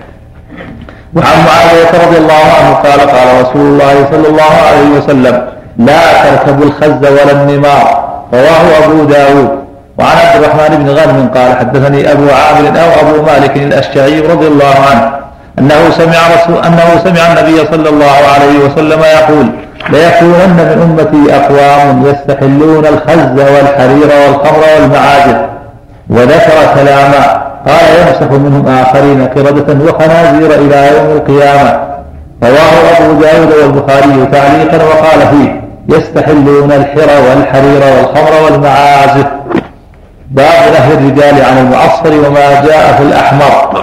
S1: وعن معاوية رضي الله عنه قال: قال رسول الله صلى الله عليه وسلم: لا تركبوا الخز ولا النمار. رواه أبو داود. وعن عبد الرحمن بن غنم قال حدثني أبو عامر أو أبو مالك الأشجعي رضي الله عنه أنه سمع النبي صلى الله عليه وسلم يقول ليكونن من أمتي أقوام يستحلون الخز والحرير والخمر والمعازف، وذكر كلاما قال يمسح منهم آخرين قردة وخنازير إلى يوم القيامة. رواه أبو داود والبخاري تعليقا وقال فيه يستحلون الحر والحرير والخمر والمعازف. باب نهي الرجال عن المعصر وما جاء في الأحمر.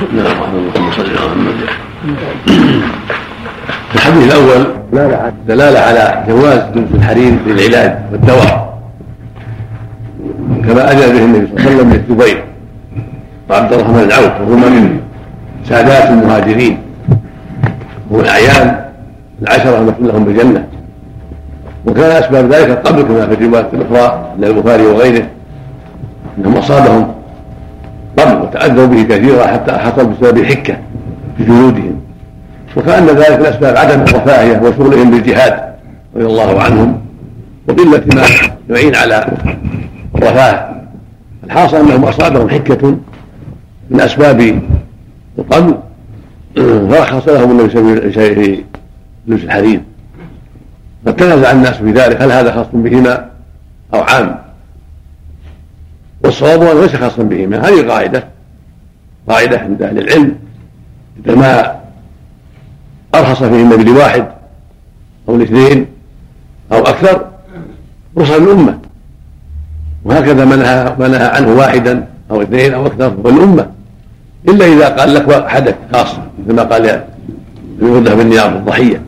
S2: الحديث الأول دلالة على جواز لبس الحرير للعلاج والدواء، كما أجاب به النبي صلى الله عليه وسلم للزبير وعبد الرحمن بن عوف، وهما من سادات المهاجرين ومن أعيان العشرة المكتوب لهم بالجنة، وكان أسباب ذلك قبل كما في الروايات الأخرى للبخاري وغيره أنهم أصابهم قبل وتأذوا به كثيرا حتى حصل بسبب الحكة في جلودهم، وكأن ذلك الأسباب عدم الرفاهية وشغلهم بالجهاد رضي الله عنهم وقلة ما يعين على الرفاه. الحاصل أنهم أصابهم حكة من أسباب القبل فرخص لهم النبي في لبس الحرير. فتنازع الناس في ذلك هل هذا خاص بهما أو عام، والصواب أنه ليس خاصا بهما. هذه قاعدة عند أهل العلم إذا ما أرخص فيه النبي لواحد أو لاثنين أو أكثر رخص للأمة، وهكذا ما نهى عنه واحدا أو اثنين أو أكثر والأمة، إلا إذا قال لك حدث خاص مثل ما قال يوضح بن نياض الضحية.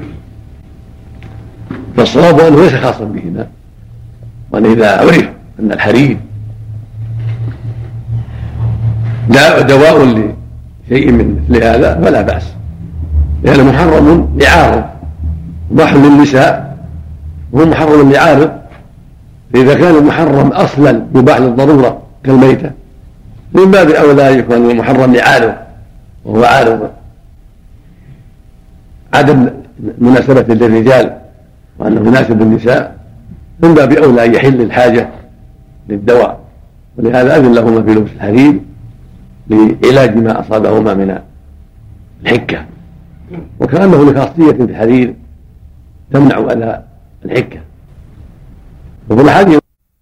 S2: فالصواب أنه ليس خاصا بهما، وأن إذا عرف أن الحرير دواء لشيء من مثل هذا فلا بأس، لأنه محرم لعارض مباح للنساء وهو محرم لعارض. فإذا كان المحرم أصلا مباح للضرورة كالميتة من باب أولى يكون المحرم لعارض وهو عارض عدم مناسبة للرجال وأنه مناسب للنساء، من باب أولى أن يحل الحاجة للدواء، ولهذا أذن لهما في لبس الحرير لعلاج ما أصابهما من الحكة، وكأنه لخاصية في الحرير تمنع أذى الحكة. وفي الحديث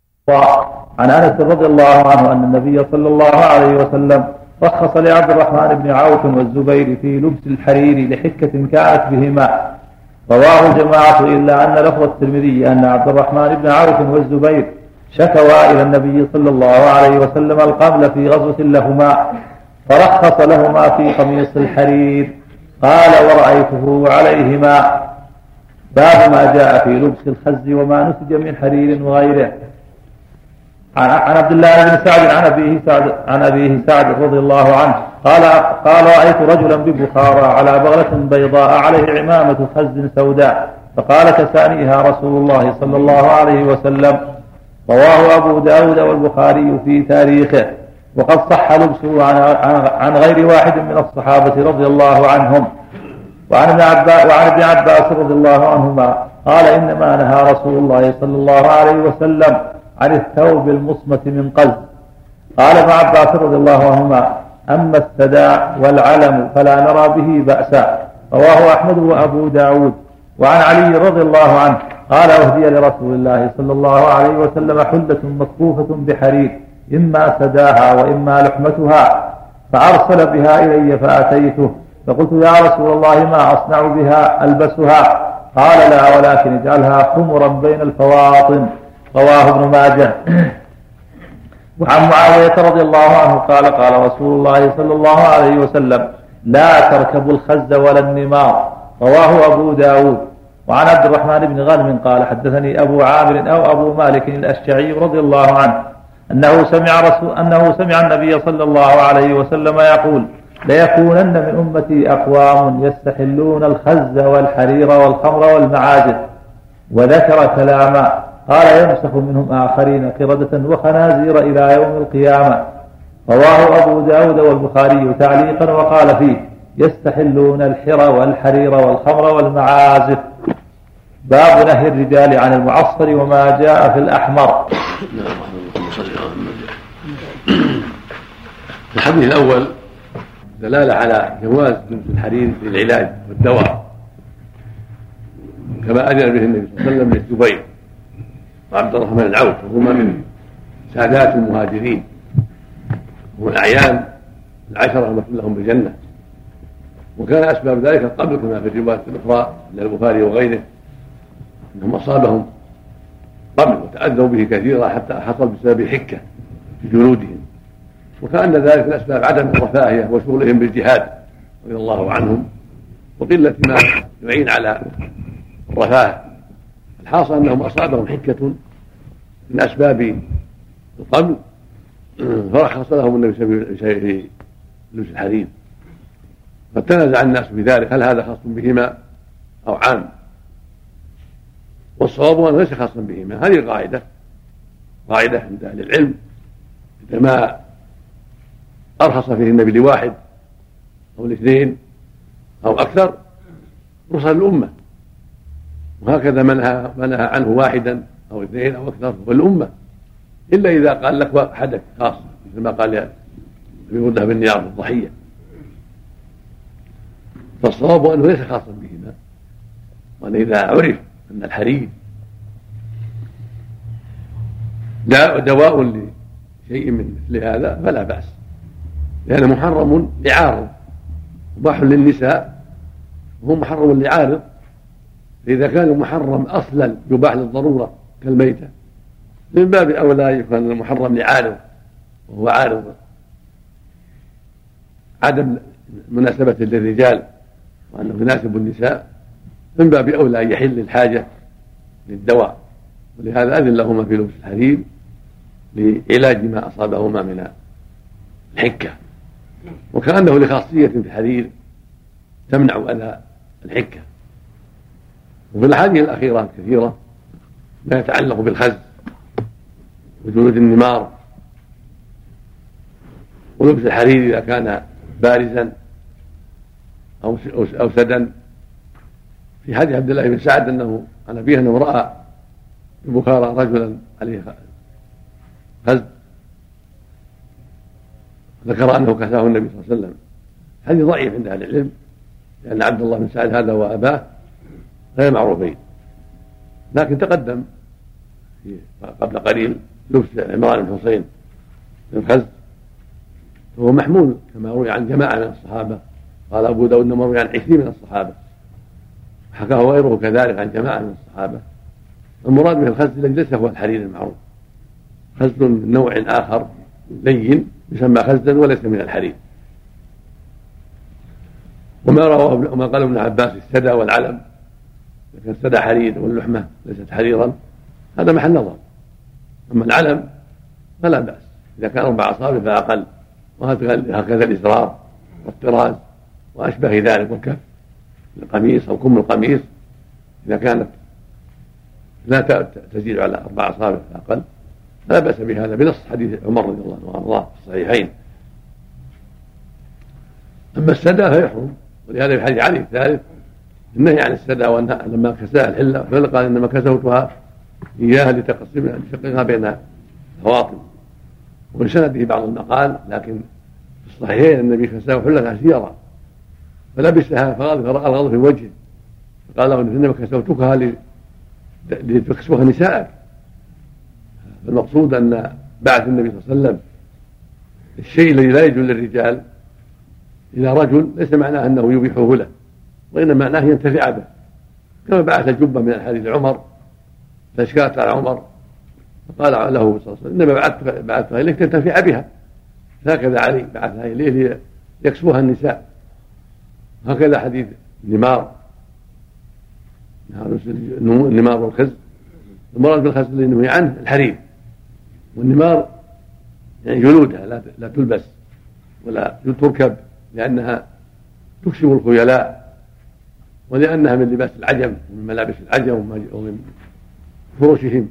S1: عن أنس رضي الله عنه أن النبي صلى الله عليه وسلم رخص لعبد الرحمن بن عوف والزبير في لبس الحرير لحكة كانت بهما. رواه الجماعة إلا أن لفظ الترمذي أن عبد الرحمن بن عوف والزبير شكوا إلى النبي صلى الله عليه وسلم القبل في غزوة لهما فرخص لهما في قميص الحرير. قال ورأيته عليهما. باب ما جاء في لبس الخز وما نسج من حرير وغيره. عن عبد الله بن سعد عن أبيه سعد رضي الله عنه قال رأيت رجلا ببخارى على بغلة بيضاء عليه عمامة خز سوداء فقال كسانيها رسول الله صلى الله عليه وسلم. رواه أبو داود والبخاري في تاريخه. وقد صح لبسه عن غير واحد من الصحابة رضي الله عنهم. وعن ابن عباس رضي الله عنهما قال إنما نهى رسول الله صلى الله عليه وسلم عن الثوب المصمت من قز. قال ابن عباس رضي الله عنهما أما السداء والعلم فلا نرى به بأسا. رواه أحمد وأبو داود. وعن علي رضي الله عنه قال أهدي لرسول الله صلى الله عليه وسلم حلة مصفوفة بحرير إما سداها وإما لحمتها فأرسل بها إلي فأتيته فقلت يا رسول الله ما أصنع بها ألبسها؟ قال لا ولكن اجعلها خمرا بين الفواطن. رواه ابن ماجه. وعن معاوية رضي الله عنه قال رسول الله صلى الله عليه وسلم لا تركبوا الخز ولا النمار. رواه أبو داود. وعن عبد الرحمن بن غنم قال حدثني أبو عامر أو أبو مالك الأشجعي رضي الله عنه أنه سمع النبي صلى الله عليه وسلم يقول ليكونن من أمتي أقوام يستحلون الخز والحرير والخمر والمعازف، وذكر كلاما قال يمسخ منهم آخرين قردة وخنازير إلى يوم القيامة. رواه أبو داود والبخاري تعليقا وقال فيه يستحلون الحر والحرير والخمر والمعازف. باب نهي الرجال عن المعصفر وما جاء في الأحمر.
S2: الحديث الأول دلالة على جواز لبس الحرير للعلاج والدواء، كما أذن به النبي صلى الله عليه وسلم للزبير وعبد الرحمن العوف وهما من سادات المهاجرين ومن أعيان العشرة المكتوب لهم بالجنة، وكان أسباب ذلك قبل كما في الروايات الأخرى للبخاري وغيره أنهم أصابهم قبل وتأذوا به كثيرا حتى حصل بسبب حكة في جلودهم، وكأن ذلك الأسباب عدم الرفاهية وشغلهم بالجهاد رضي الله عنهم وقلة ما يعين على الرفاه. الحاصل أنهم أصابهم حكة من أسباب القبل فرخص لهم النبي في لبس الحرير، فتنازع الناس بذلك هل هذا خاص بهما أو عام، والصواب أنه ليس خاصا بهما. هذه قاعدة عند أهل العلم، إذا ما أرخص فيه النبي لواحد أو لاثنين أو أكثر رخص للأمة، وهكذا منها عنه واحدا أو اثنين أو أكثر والأمة، إلا إذا قال لك حدث خاص مثل ما قال أبي هريرة بن نيار الضحية. فالصواب أنه ليس خاصا بهما، وأن إذا عرف أن الحرير دواء لشيء من مثل هذا فلا بأس، لأنه محرم لعارض مباح للنساء وهو محرم لعارض، فإذا كان المحرم أصلا يباح للضرورة كالميتة من باب أولى يكون المحرم لعارض وهو عارض عدم مناسبة للرجال وأنه يناسب النساء، من باب أولى أن يحل الحاجة للدواء، ولهذا أذن لهما في لبس الحرير لعلاج ما أصابهما من الحكة، وكأنه لخاصية في الحرير تمنع أذى الحكة. وفي الأحاديث الأخيرة كثيرة ما يتعلق بالخز وجلود النمار ولبس الحرير إذا كان بارزا أو سدا. في حديث عبد الله بن سعد أنه عن أبيه أنه رأى في بخارى رجلا عليه خز ذكر أنه كساه النبي صلى الله عليه وسلم. هذه ضعيف عند أهل العلم، لأن عبد الله بن سعد هذا وأباه غير معروفين، لكن تقدم قبل قليل لبس عمران بن حسين للخز، وهو محمول كما روي عن جماعة من الصحابة. قال أبو داود إنما روي عن 20 من الصحابة، حكاه غيره كذلك عن جماعة من الصحابة. المراد به الخز الذي ليس هو الحرير المعروف، خز من نوع آخر لين يسمى خزا وليس من الحرير. وما قال ابن عباس السدى والعلم، لكن السدى حرير واللحمة ليست حريرا هذا محل نظر، أما العلم فلا بأس إذا كان 4 أصابع فأقل، وهكذا الإزرار والطراز وأشبه ذلك، والكف القميص أو كم القميص إذا كانت لا تزيد على 4 أصابع فأقل لا بأس بهذا، بنص حديث عمر رضي الله عنه وأرضاه في الصحيحين. أما السدى فيحرم، ولهذا في حديث علي الثالث النهي عن السدى، لما كساها الحلة فقال إنما كسوتها إياها لشققها بين الخواطم، ومن سنده بعض المقال، لكن في الصحيحين النبي كساه حلة عسيرة فلبسها فرأى الغضب في وجهه فقال له إنما كسوتكها لتكسوها نساءك. فالمقصود أن بعث النبي صلى الله عليه وسلم الشيء الذي لا يجوز للرجال إلى رجل ليس معناه أنه يبيحه له، وإنما معناه ينتفع به، كما بعث جبة من الحديث عمر فاشكالت على عمر فقال له صلى الله عليه وسلم إنما بعثتها إليك تنتفع بها، هكذا علي بعثها إليه ليكسوها النساء. هكذا حديث النمار والخز، المراد بالخز الذي نهي عنه الحرير، والنمار يعني جلودها لا تلبس ولا تركب لأنها تكشف الخيلاء، ولأنها من لباس العجم ومن ملابس العجم ومن فرشهم.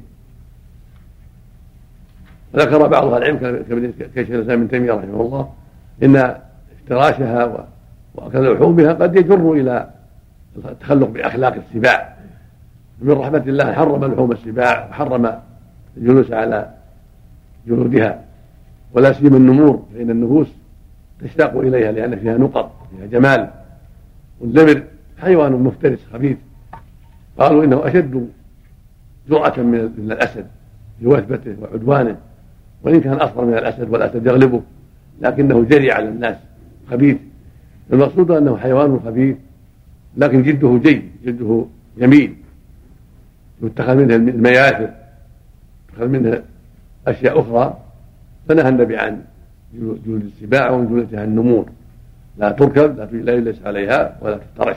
S2: ذكر بعض أهل العلم كشيخ الإسلام ابن تيمية رحمه الله إن افتراشها وأكل لحومها قد يجر إلى التخلق بأخلاق السباع، من رحمة الله حرم لحوم السباع وحرم الجلوس على جلودها، ولا سيما النمور، فإن النفوس تشتاق إليها لأن فيها نقط، فيها جمال. والنمر حيوان مفترس خبيث، قالوا إنه أشد جرأة من الأسد في وثبته وعدوانه، وإن كان أصغر من الأسد والأسد يغلبه، لكنه جري على الناس خبيث. المقصود أنه حيوان خبيث، لكن جلده جيد، جلده جميل، يتخذ منه المياثر، يتخذ منه أشياء أخرى. فنهى النبي عن جلود السباع ومن جلودها النمور، لا تركب، لا يجلس عليها ولا تفترش،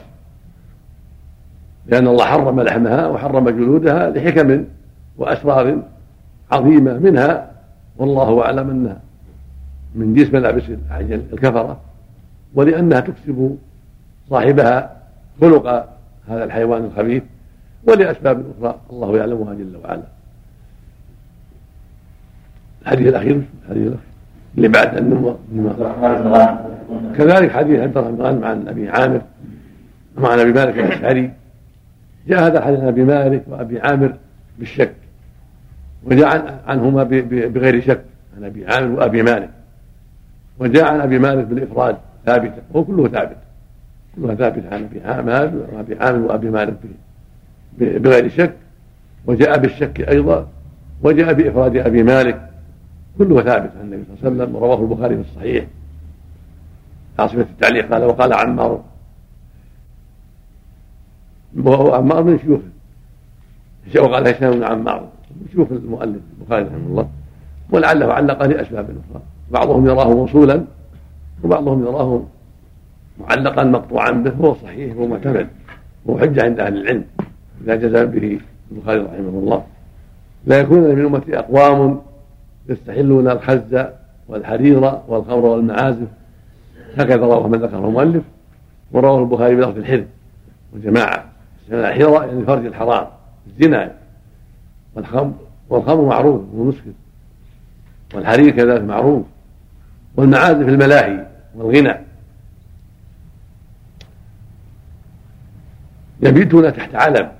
S2: لأن الله حرم لحمها وحرم جلودها لحكم وأسرار عظيمة، منها والله أعلم أنها من جنس ملابس الكفرة، ولأنها تكسب صاحبها خلق هذا الحيوان الخبيث، ولأسباب أخرى الله يعلمها جل وعلا. الحديث الأخير اللي بعد النمو كذلك حديث عبد الرحمن بن غانم عن أبي عامر وعن أبي مالك الأشعري. جاء هذا الحديث عن أبي مالك وأبي عامر بالشك، وجاء عنهما بغير شك عن أبي عامر وأبي مالك، وجاء عن أبي مالك بالإفراد ثابتا، وكله ثابت، كلها ثابت عن أبي عامر وأبي مالك بغير شك، وجاء بالشك أيضا، وجاء بإفراد أبي مالك، كله ثابت عن النبي صلى الله عليه وسلم، ورواه البخاري في الصحيح. عاصمة التعليق قال: وقال عمار، وهو عمار من شيوخه، وقال هشام بن عمار من شيوخ المؤلف البخاري رحمه الله، ولعله علق لأسباب أخرى، بعضهم يراه موصولا وبعضهم يراه معلقا مقطوعا به، وهو صحيح ومعتمد وهو حجة عند أهل العلم إذا جزم به البخاري رحمه الله. لا يكون من أمتي أقوام يستحلون الخز والحرير والخمر والمعازف، هكذا رواه من ذكره المؤلف، ورواه البخاري بلفظ الحر وجماعة. الحرى يعني فرج الحرام، الزنا، والخمر معروف ومسكر، والحرير كذلك معروف، والمعازف الملاهي والغنى. يبيتون تحت علم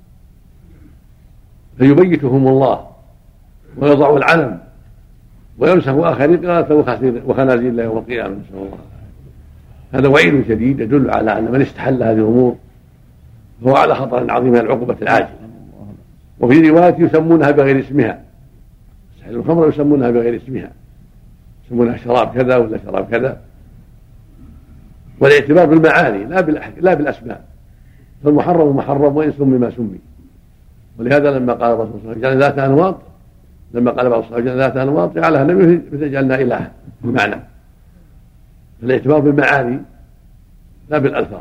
S2: فيبيتهم الله ويضع العلم ويمسح آخرين وخنازير الله يوم القيامة، نسأل الله. هذا وعيد شديد يدل على أن من استحل هذه الأمور فهو على خطر عظيم من العقوبة العاجلة. وفي رواية يسمونها بغير اسمها، استحلوا الخمر يسمونها بغير اسمها، يسمونها شراب كذا ولا شراب كذا، والاعتبار بالمعاني لا بالأسماء، فالمحرم محرم وإن سمي ما سمي. ولهذا لما قال الرسول صلى الله عليه وسلم ذات أنواط، لما قال بعض الصحابة ذات أنواط جعلها النبي مثل جعلنا إله بالمعنى، فالاعتبار بالمعاني لا بالألفاظ.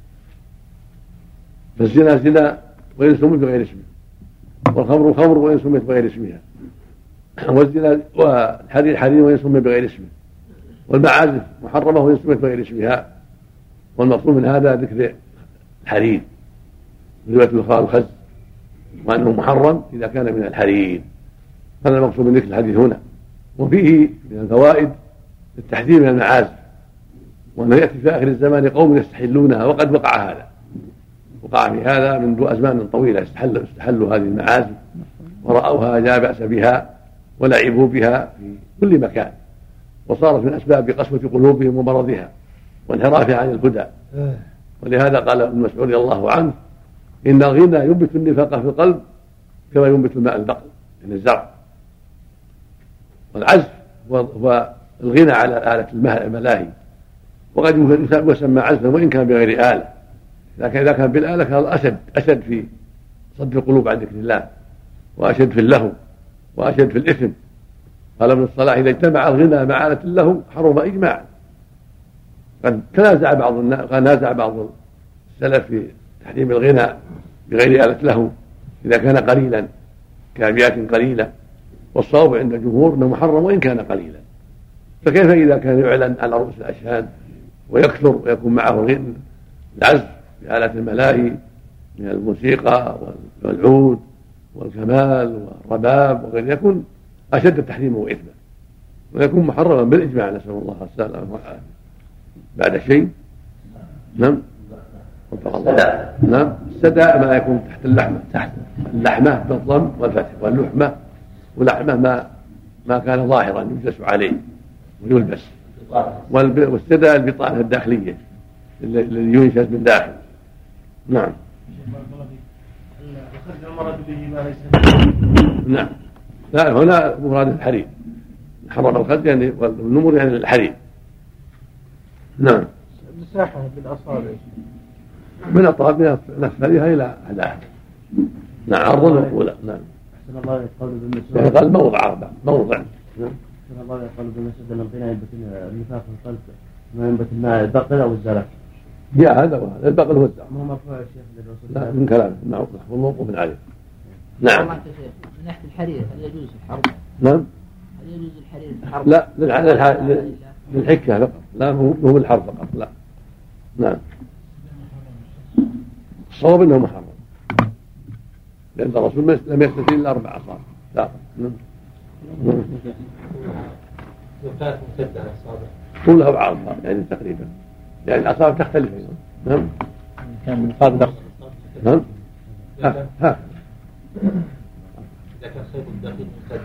S2: فالزنا زنا وإن سمي بغير اسمه، والخمر خمر وإن سميت بغير اسمها، والزنا والحرير حرير وإن سمي بغير اسمه، والمعازف محرمة وإن سميت بغير اسمها. والمقصود من هذا ذكر الحرير رواية الخز، وأنه محرم إذا كان من الحرير. هذا المقصود من ذكر الحديث هنا. وفيه من الفوائد التحذير من المعازف، وأنه يأتي في آخر الزمان قوم يستحلونها، وقد وقع هذا، وقع في هذا منذ أزمان طويلة، استحلوا هذه المعازف ورأوها لا بأس بها ولعبوا بها في كل مكان، وصارت من أسباب قسوة قلوبهم ومرضها وانحرافها عن الهدى. ولهذا قال ابن مسعود رضي الله عنه: إن الغنى ينبت النفاق في القلب كما ينبت الماء البقل، يعني الزرع. والعزف والغنى على آلة الملاهي، وقد يسمى عزفا وإن كان بغير آلة، لكن إذا كان بالآلة كان أشد في صد القلوب عن ذكر الله، وأشد في اللهو، وأشد في الإثم. قال ابن الصلاح: إذا اجتمع الغنى مع آلة اللهو حرم إجماعا. قد نازع بعض السلف في تحريم الغنى بغير آلة لهو إذا كان قليلا كأبيات قليلة، والصواب عند الجمهور أنه محرم وإن كان قليلا. فكيف إذا كان يعلن على رؤوس الأشهاد ويكثر ويكون معه العزف بآلة الملاهي من الموسيقى والعود والكمال والرباب وغيره، يكون أشد التحريم وإثما، ويكون محرما بالإجماع، نسأل الله السلامة والعافية. بعد شيء نعم نعم. السدى ما يكون تحت اللحمة، اللحمة بالضم والفتح، واللحمة ولحمة ما كان ظاهرا يجلس عليه ويلبس، والسدى البطانة الداخلية الذي ينشز من داخل. نعم. نعم. لا هنا مراد الحرير، حرم الخد يعني والنمر يعني الحرير. نعم.
S5: مساحة بالأصابع
S2: من أطرافها نفسها إلى أعلاها. نعم. عرضا وطولا. نعم.
S1: أحسن الله يقول بالمسجد.
S2: يعني قال موضع.
S1: أحسن الله يقول بالمسجد أن الغنى ينبت النفاق في القلب ما ينبت الماء البقل أو الزرع.
S2: يا هذا وهذا البقل هو الزرع.
S1: ما هو مرفوع يا شيخ للرسول.
S2: لا من كلام معروف والموقوف عليه. نعم.
S7: من ناحية الحرير هل يجوز الحرب؟
S2: نعم.
S7: هل يجوز الحرير في الحرب؟
S2: لا للحكة فقط، لا هو بالحرب فقط. لا. نعم. الصواب انه محرم لان الرسول لم يستثني الا 4 أصابع. لا. نعم.
S5: لو كانت ممتدة الأصابع
S2: طولها وعرضها يعني تقريبا، يعني الأصابع تختلف أيضا. نعم.
S6: كان من قدر.
S2: نعم.
S5: إذا كان خيط الدقيق ممتد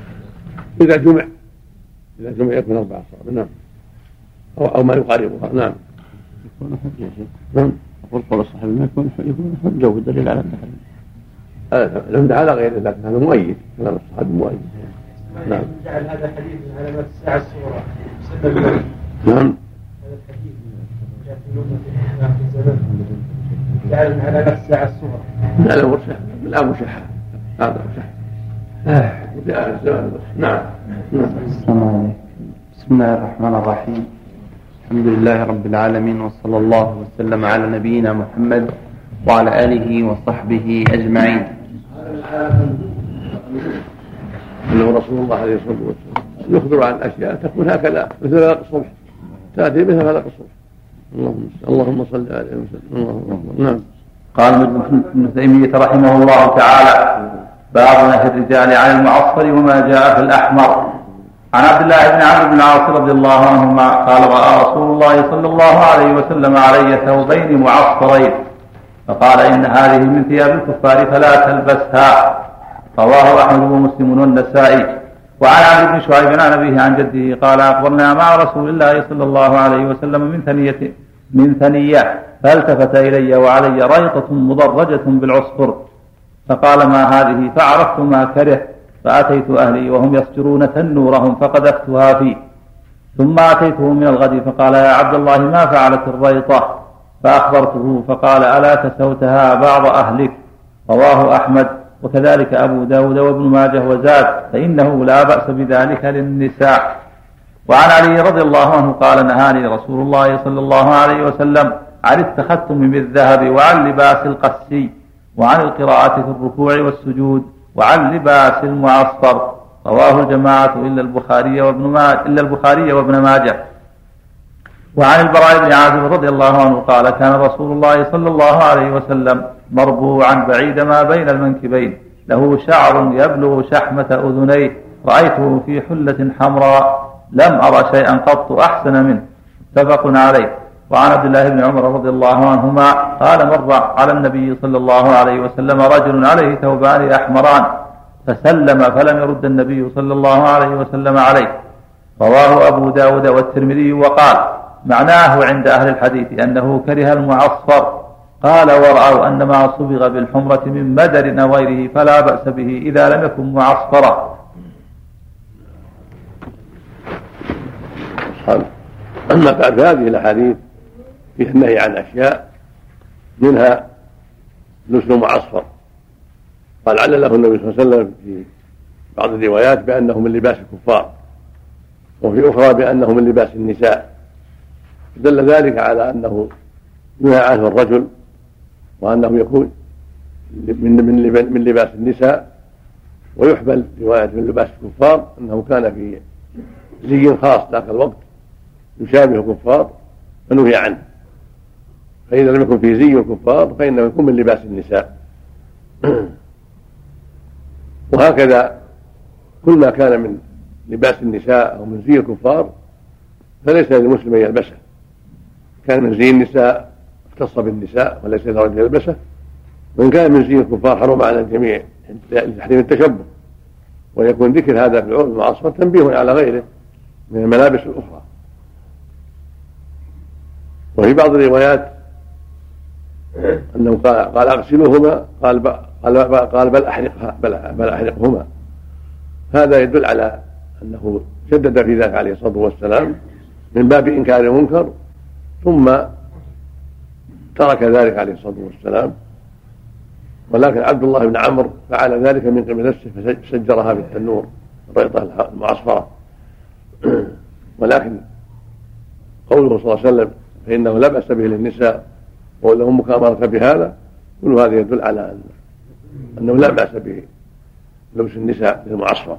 S2: إذا جمع يكون 4 أصابع. نعم. أو ما يقاربها. نعم.
S6: يكون حجة يا شيخ.
S2: نعم.
S6: أقول قول الصحابي ما يكون حجة والدليل على التحريم.
S2: لم على غير ذلك هذا مؤيد، كلام الصحابي مؤيد. نعم.
S5: جعل هذا الحديث من علامات الساعة الصغرى بسبب ذلك.
S2: نعم.
S5: هذا الحديث جاء في الأمة في آخر الزمان جعل من علامات الساعة الصغرى.
S2: لا مرشح، لا مرشح، هذا مرشح. في آخر الزمان. نعم.
S8: السلام عليكم. بسم الله الرحمن الرحيم. الحمد لله رب العالمين، وصلى الله وسلم على نبينا محمد وعلى آله وصحبه أجمعين.
S2: أنه رسول الله عليه الصلاة والسلام يخبر عن أشياء تكون هكذا مثل فلق الصبح، تأتي مثل فلق الصبح. اللهم صل عليه وسلم. اللهم. نعم.
S8: قال ابن تيمية رحمه الله تعالى: باب نهي الرجال عن المعصفر وما جاء في الأحمر. عن عبد الله بن عمرو بن العاص رضي الله عنهما قال: رأى رسول الله صلى الله عليه وسلم علي ثوبين معصفرين فقال: إن هذه من ثياب الكفار فلا تلبسها. رواه أحمد ومسلم والنسائي. وعن عمرو بن شعيب عن أبيه عن جده قال: أخبرنا مع رسول الله صلى الله عليه وسلم من ثنية فالتفت إلي وعلي ريطة مضرجة بالعصفر فقال: ما هذه؟ فعرفت ما كره فأتيت أهلي وهم يسجرون تنورهم فقذفتها فيه. ثم أتيته من الغد فقال: يا عبد الله ما فعلت الريطة؟ فأخبرته فقال: ألا كسوتها بعض أهلك؟ رواه أحمد وكذلك أبو داود وابن ماجه وزاد: فإنه لا بأس بذلك للنساء. وعن علي رضي الله عنه قال: نهاني رسول الله صلى الله عليه وسلم عن التختم بالذهب وعن لباس القسي وعن القراءة في الركوع والسجود وعن لباس المعصفر. رواه الجماعة إلا البخاري وابن ماجه. وعن البراء بن عازب رضي الله عنه قال: كان رسول الله صلى الله عليه وسلم مربوعا بعيد ما بين المنكبين له شعر يبلغ شحمة أذنيه رأيته في حلة حمراء لم أرى شيئا قط أحسن منه. متفق عليه. وعن عبد الله بن عمر رضي الله عنهما قال: مر على النبي صلى الله عليه وسلم رجل عليه ثوبان أحمران فسلم فلم يرد النبي صلى الله عليه وسلم عليه. رواه أبو داود والترمذي وقال: معناه عند أهل الحديث أنه كره المعصفر. قال: ورأوا أن ما صبغ بالحمرة من مدر أو غيره فلا بأس به إذا لم يكن معصفرا.
S2: أما بعد هذه الأحاديث فيها النهي عن أشياء منها لبس معصفر، قال علله النبي صلى الله عليه وسلم في بعض الروايات بأنه من لباس الكفار، وفي أخرى بأنه من لباس النساء، دل ذلك على أنه ينهى عنه الرجل وأنه يكون من لباس النساء، ويحمل رواية من لباس الكفار أنه كان في زي خاص ذاك الوقت يشابه الكفار فنهي عنه، فإذا لم يكن في زي الكفار فإنه يكون من لباس النساء. وهكذا كل ما كان من لباس النساء أو من زي الكفار فليس للمسلم أن يلبسه، كان من زي النساء مختصة بالنساء وليس للرجل يلبسه، وإن كان من زين الكفار حرم على الجميع لتحريم التشبه، ويكون ذكر هذا في العرف المعاصر تنبيه على غيره من الملابس الأخرى. وفي بعض الروايات أنه قال أغسلوهما، قال بل أحرقهما. هذا يدل على أنه شدد في ذلك عليه الصلاة والسلام من باب إنكار المنكر، ثم ترك ذلك عليه الصلاة والسلام. ولكن عبد الله بن عمرو فعل ذلك من قبل نفسه فسجرها بالتنور الريطة المعصفرة. ولكن قوله صلى الله عليه وسلم فإنه لا بأس به للنساء ولهم مكامرة بهذا، كل هذا يدل على أنه لا بأس به لبس النساء للمعصفر.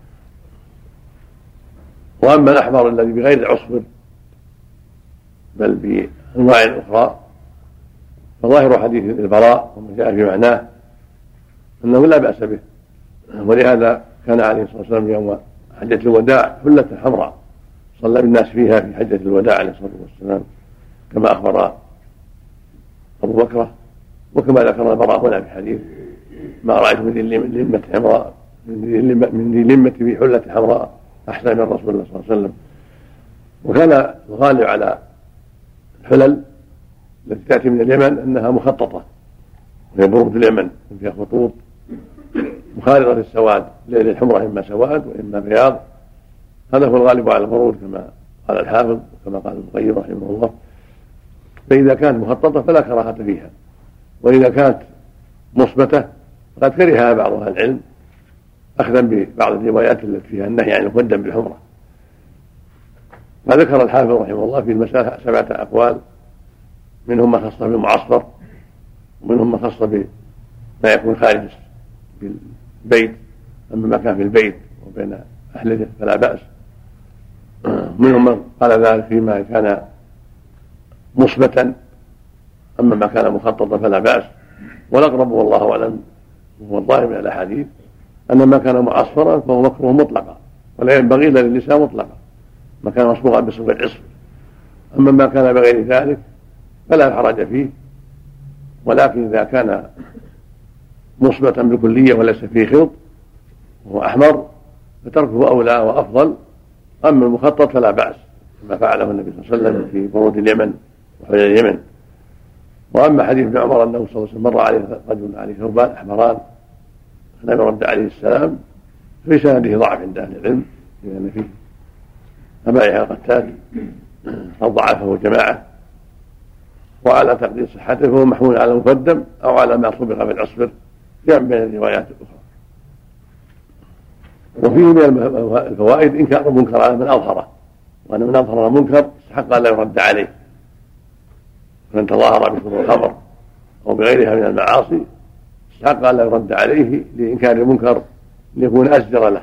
S2: وأما الأحمر الذي بغير العصفر بل بأنواع أخرى فظاهر حديث البراء وما جاء في معناه أنه لا بأس به، ولهذا كان عليه الصلاة والسلام يوم حجة الوداع حلة حمراء صلى بالناس فيها في حجة الوداع عليه الصلاة والسلام كما أخبر أبو بكر، وكما ذكر البراء هنا في حديث ما رأيت من ذي لمة حمراء من ذي لمة في حلة حمراء أحسن من رسول الله صلى الله عليه وسلم. وكان الغالب على الحلل التي تأتي من اليمن أنها مخططة، وهي برود اليمن فيها خطوط مخالطة للسواد، لأن الحمرة إما سواد وإما بياض، هذا هو الغالب على البرود كما قال الحافظ وكما قال ابن القيم رحمه الله. فإذا كانت مخططة فلا كراهة فيها، وإذا كانت مثبتة فقد كرهها بعض أهل العلم أخذا ببعض الروايات التي فيها النهي عن المقدم بالحمرة. فذكر الحافظ رحمه الله في المسألة 7 أقوال، منهم ما خص بالمعصفر، ومنهم ما خص بما يكون خارج البيت، أما ما كان في البيت وبين أهله فلا بأس. منهم من قال ذلك فيما كان مثبتا، أما ما كان مخططا فلا بأس. والأقرب والله أعلم وهو الظاهر من الأحاديث أن ما كان معصفرا فهو مكروه مطلقا، ولا ينبغي إلا للنساء مطلقا ما كان مصبوغا بصبغ العصر. أما ما كان بغير ذلك فلا حرج فيه، ولكن إذا كان مثبتا بالكلية وليس فيه خلط وهو أحمر فتركه أولى وأفضل. أما المخطط فلا بأس كما فعله النبي صلى الله عليه وسلم في برود اليمن وحلل اليمن. وأما حديث ابن عمر أنه صلى الله عليه وسلم مر عليه رجل عليه ثوبان أحمران فلم يرد عليه السلام، في سنده ضعف عند أهل العلم، لأن فيه أبا يحيى القتال قد ضعفه جماعة، وعلى تقدير صحته فهو محمول على المقدم أو على ما صبغ في العصفر جمع بين الروايات الأخرى. وفيه من الفوائد إنكار المنكر على من أظهره، وأن من أظهر المنكر استحق أن لا يرد عليه، من تظاهر بشرب الخمر أو بغيرها من المعاصي استحق أن لا يرد عليه لإنكار المنكر ليكون أزجر له.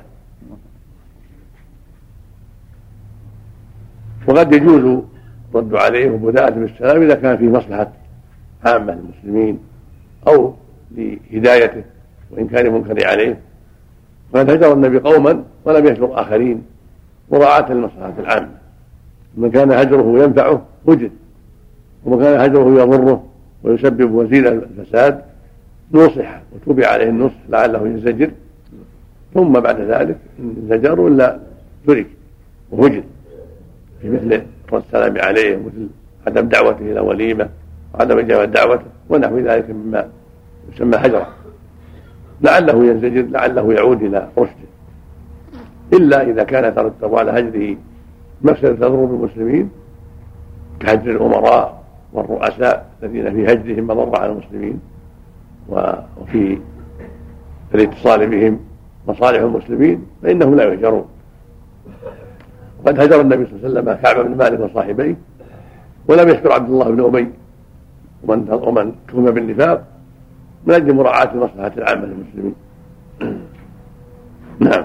S2: وقد يجوز الرد عليه وبداءة بالسلام إذا كان فيه مصلحة عامة للمسلمين أو لهدايته وإنكار المنكر عليه. وقد هجر النبي قوما ولم يهجر آخرين مراعاة للمصلحة العامة، من كان هجره ينفعه وجد، ومن كان هجره يضره ويسبب وزير الفساد نصح وتوبع عليه النصح لعله ينزجر، ثم بعد ذلك إن زجر ولا ترك ووجد في مثل رد السلام عليه ومثل عدم دعوته إلى وليمة وعدم إجابة دعوته ونحو ذلك مما يسمى هجرا، لعله ينزجر لعله يعود إلى رشده. إلا إذا كان يترتب على هجره مفسدة تضر بالمسلمين كهجر الأمراء والرؤساء الذين في هجرهم مضرة على المسلمين وفي الاتصال بهم مصالح المسلمين فإنهم لا يهجرون. وقد هجر النبي صلى الله عليه وسلم كعب بن مالك وصاحبيه ولم يشكر عبد الله بن أبي ومن تهم بالنفاق من أجل مراعاة مصلحة العامة للمسلمين. نعم.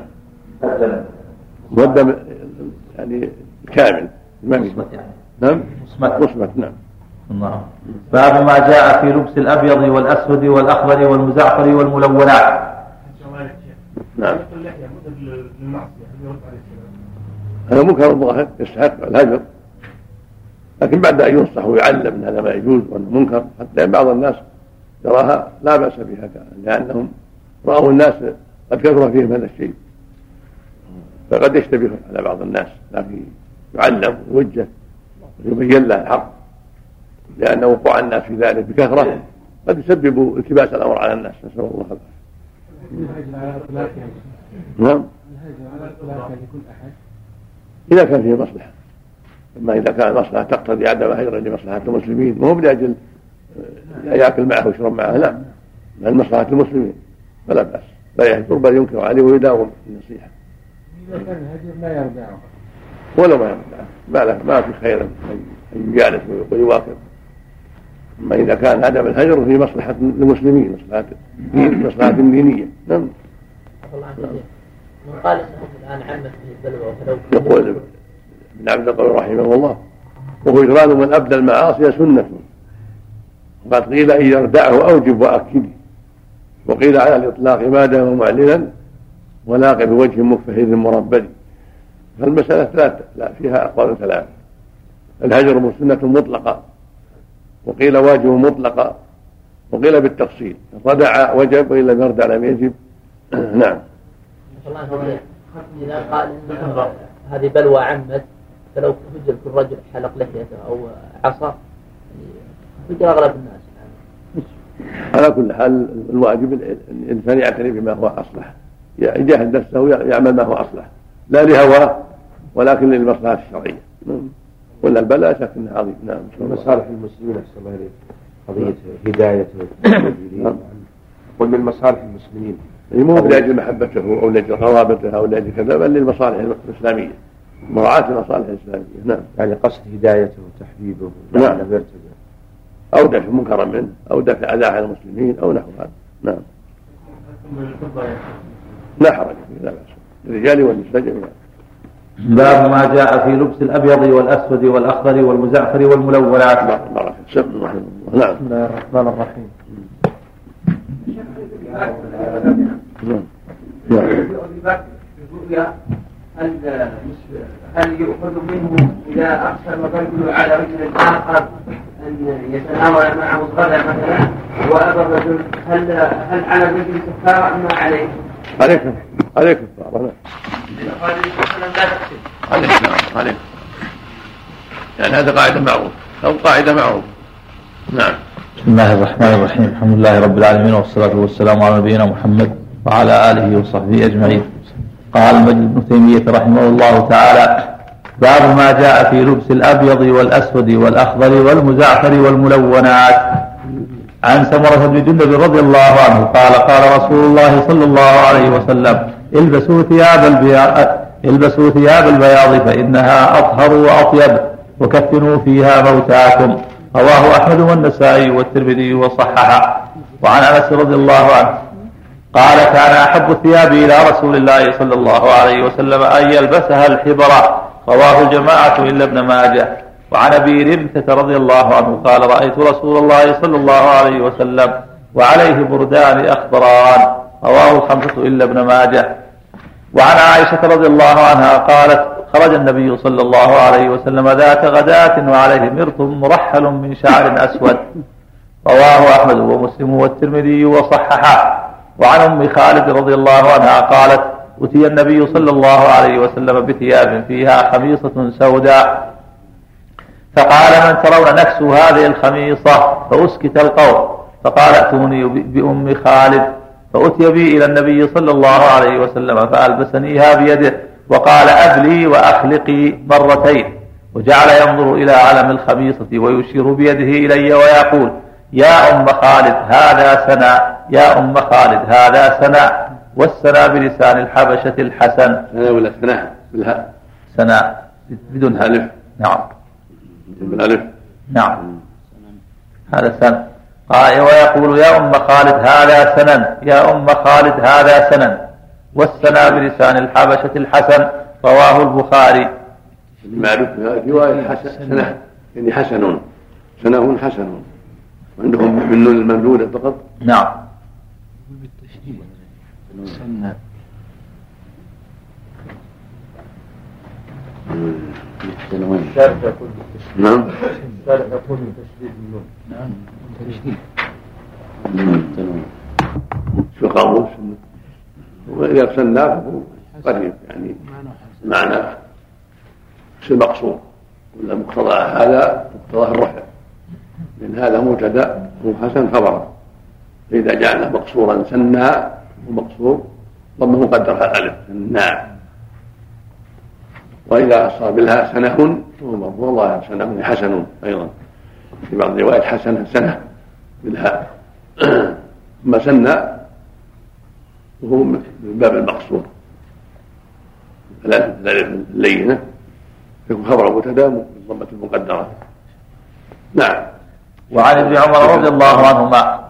S2: مقدم يعني كامل
S8: مثبت يعني.
S2: نعم مثبت. نعم.
S8: باب ما جاء في لبس الأبيض والأسود والأخضر والمزعفر والملونات.
S2: نعم. هذا منكر الظاهر يستحق الهجر، لكن بعد أن ينصح ويعلم أن هذا ما يجوز وأنه منكر، حتى بعض الناس يراها لا بأس بها لأنهم رأوا الناس قد كثر فيهم هذا الشيء، فقد يشتبه على بعض الناس، لكن يعلم ويوجه ويبين له الحق، لأن وقوع الناس في ذلك بكثرة قد يسبب التباس الأمر على الناس، نسأل الله العافية. نعم، إذا كان فيه مصلحة، أما إذا كان المصلحة تقتضي عدم هجرة لمصلحة المسلمين وهو لأجل يأكل معه ويشرب معه، لا، من مصلحة المسلمين فلا بأس، لا يهجر بل ينكر عليه ويداوم النصيحة.
S5: إذا كان الهجر لا يرجعه
S2: ولو ما يرجعه ما في خير أن يجالس ويواكب. أما إذا كان عدم الهجر في مصلحة المسلمين، مصلحة دينية. نعم.
S7: من قال انه الان عمت به البلوى فلو
S2: يقول ابن عبد القوي رحمه الله: وهو إجران من أبدى المعاصي سنة، وقد قيل إن يردعه أوجب وأكد، وقيل على الإطلاق ما دام معلنا ولاق بوجه مكفهر مربد. فالمسألة ثلاثة، لا فيها أقوال ثلاثة: الهجر سنة مطلقة، وقيل واجب مطلقة، وقيل بالتفصيل، ردع وجب وإن لم يردع لم يجب. نعم.
S7: إذا قال إن هذه بلوى عمت فلو هجر كل رجل حلق لحيته أو عصا هجر أغلب الناس.
S2: على كل حال الواجب الإنسان يعتني بما هو أصلح، يجاهد نفسه يعمل ما هو أصلح، لا لهواه ولكن للمصلحة الشرعية. ولا البلاء شكلها عظيم. نعم.
S3: مصالح المسلمين أحسن الله إليك، قضية هدايته قل من مصالح المسلمين،
S2: مو لأجل محبته أو لأجل قرابته أو لأجل كذا، بل للمصالح الإسلامية، مراعاة المصالح الإسلامية. نعم.
S3: يعني قصد هدايته وتحبيبه
S2: نعم،
S3: يرتجع
S2: أو دفع منكرا منه أو دفع أذى على المسلمين أو نحو هذا. نعم. لا حرج فيه، لا بأس، الرجال والنساء جميعا.
S8: باب ما جاء في لبس الأبيض والأسود والأخضر والمزعفر والملونات.
S2: بارك الله. نعم.
S5: بسم الله الرحمن الرحيم.
S9: هل يؤخذ منه إذا أقسم الرجل على رجل آخر أن يتناول معه الغداء مثلا وأبى الرجل، هل على الرجل كفارة أم عليه؟
S2: عليك كفارة. عليك يعني هذا قاعدة معروف أو قاعدة معروف. نعم.
S8: بسم الله الرحمن الرحيم، الحمد لله رب العالمين، والصلاة والسلام على نبينا محمد وعلى آله وصحبه أجمعين. قال المجد بن تيمية رحمه الله تعالى: باب ما جاء في لبس الأبيض والأسود والأخضر والمزعفر والملونات. عن سمرة بن جندب رضي الله عنه قال: قال رسول الله صلى الله عليه وسلم: البسوا ثياب البياض فإنها أطهر وأطيب، وكفنوا فيها موتاكم. رواه أحمد والنسائي والترمذي وصححه. وعن أنس رضي الله عنه قال: كان أحب الثياب إلى رسول الله صلى الله عليه وسلم أن يلبسها الحبر. رواه الجماعة إلا ابن ماجه. وعن أبي رمثة رضي الله عنه قال: رأيت رسول الله صلى الله عليه وسلم وعليه بردان أخضران. رواه الخمسة إلا ابن ماجه. وعن عائشة رضي الله عنها قالت: خرج النبي صلى الله عليه وسلم ذات غداة وعليه مرط مرحل من شعر أسود. رواه أحمد ومسلم والترمذي وصححه. وعن أم خالد رضي الله عنها قالت: أتي النبي صلى الله عليه وسلم بثياب فيها خميصة سوداء، فقال: من ترون نكس هذه الخميصة؟ فأسكت القوم، فقال: ائتوني بأم خالد. فأتي بي إلى النبي صلى الله عليه وسلم فألبسنيها بيده، وقال: أبلي وأخلقي مرتين. وجعل ينظر إلى علم الخميصة ويشير بيده إلي ويقول: يا أم خالد هذا سنا، يا أم خالد هذا سنا. والسنا بلسان الحبشة الحسن.
S2: سنا ولا سنا بالهاء؟
S8: سنا بدون ألف. نعم
S2: بالألف.
S8: نعم هذا سن. قال ويقول: يا أم خالد هذا سنن، يا أم خالد هذا سنن. والسنا بلسان الحبشة الحسن. رواه البخاري.
S2: المعروف رواية حسن سنة، يعني حسن، سنة حسن، عندهم من الممدودة فقط.
S8: نعم.
S2: سنة
S1: الشارع يقول
S2: نعم
S1: الشارع يقول بتشديد النون.
S6: نعم تشديد.
S2: شو قاموس وإذا سناه قريب يعني معنى المقصود ولا مقتضى هذا مقتضى الرفع لأن هذا مبتدأ وحسن خبره فإذا جعله مقصورا سنا ومقصور ضمه مقدر على الألف سنا وإذا أصاب لها سنه ومرفوع الله سنه حسن أيضا في بعض الروايات حسنة سنة بالهاء ثم سنة وهو من باب المقصور الألف اللينة يكون خبر مبتدأ بالضمة المقدرة. نعم.
S8: وعن ابن عمر رضي الله عنهما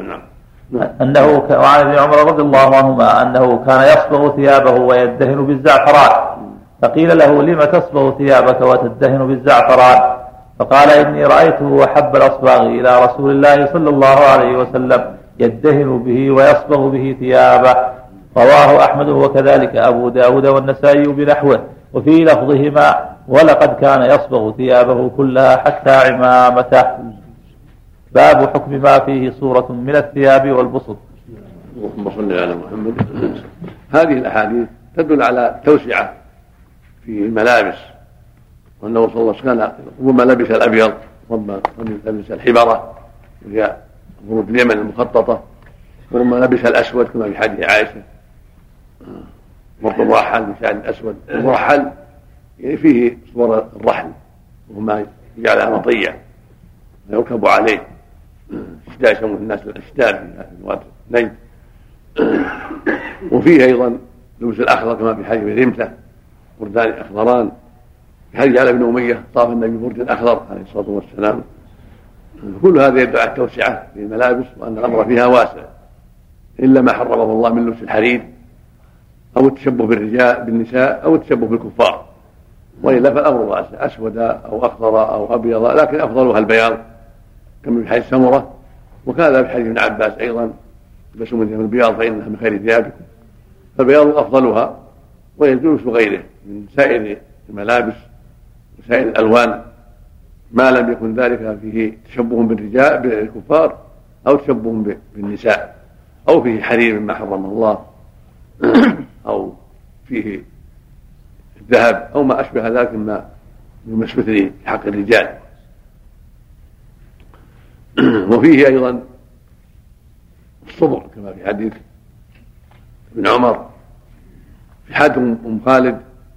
S8: وعن ابن عمر رضي الله عنهما أنه كان يصبغ ثيابه ويدهن بالزعفران فقيل له لم تصبغ ثيابك وتدهن بالزعفران فقال إني رأيته أحب الأصباغ إلى رسول الله صلى الله عليه وسلم يدهن به ويصبغ به ثيابه. رواه أحمد وكذلك أبو داود والنسائي بنحوه وفي لفظهما ولقد كان يصبغ ثيابه كلها حتى عمامته. باب حكم ما فيه صورة من الثياب والبسط.
S2: اللهم صل على محمد. هذه الأحاديث تدل على توسعة في الملابس وأنه صلى الله عليه وسلم ربما لبس الأبيض ربما لبس الحبرة وهي خروج اليمن المخططة وربما لبس الأسود كما في حديث عائشة مرط مرحل بشعر الأسود المرحل يعني فيه صور الرحل وما يجعلها مطية يركب عليه اشتاء يسمونه الناس الاشتاء في لغات نجد. وفيه أيضا لبس الأخضر كما في حديث رمته بردان أخضران في حديث علي بن أمية طاف النبي برد أخضر عليه الصلاة والسلام. كل هذا يدل على التوسعة في الملابس وأن الأمر فيها واسع إلا ما حرمه الله من لبس الحرير أو التشبه بالرجال بالنساء أو التشبه بالكفار وإلا فالأمر واسع أسود أو أخضر أو أبيض لكن أفضلها البياض كما في حديث سمرة وكذا في حديث ابن عباس أيضا لبسوا من البياض فإنها من خير ثيابكم فالبياض أفضلها ويجوز غيره من سائر الملابس وسائر الألوان ما لم يكن ذلك فيه تشبه بالرجال بالكفار أو تشبه بالنساء أو فيه حرير مما حرمه الله أو فيه الذهب أو ما أشبه ذلك مما يمثل في حق الرجال. وفيه أيضا الصبر كما في حديث ابن عمر في حديث أم خالد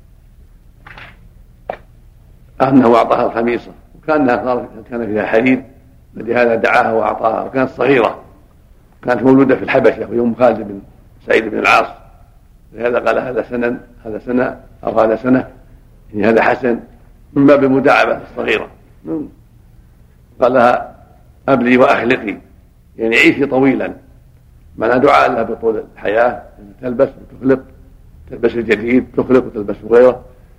S2: أنه أعطاها الخميصة وكأنها كان فيها حرير لهذا دعاها وأعطاها وكانت صغيرة كانت مولودة في الحبشة وهي أم خالد بن سعيد بن العاص لهذا قال هذا سنة أو هذا سنة يعني هذا حسن من باب المداعبة الصغيرة. قال لها أبلي وأخلقي يعني عيشي طويلا معنى دعاء لها بطول الحياة تلبس وتخلق تلبس الجديد تخلق وتلبس غيره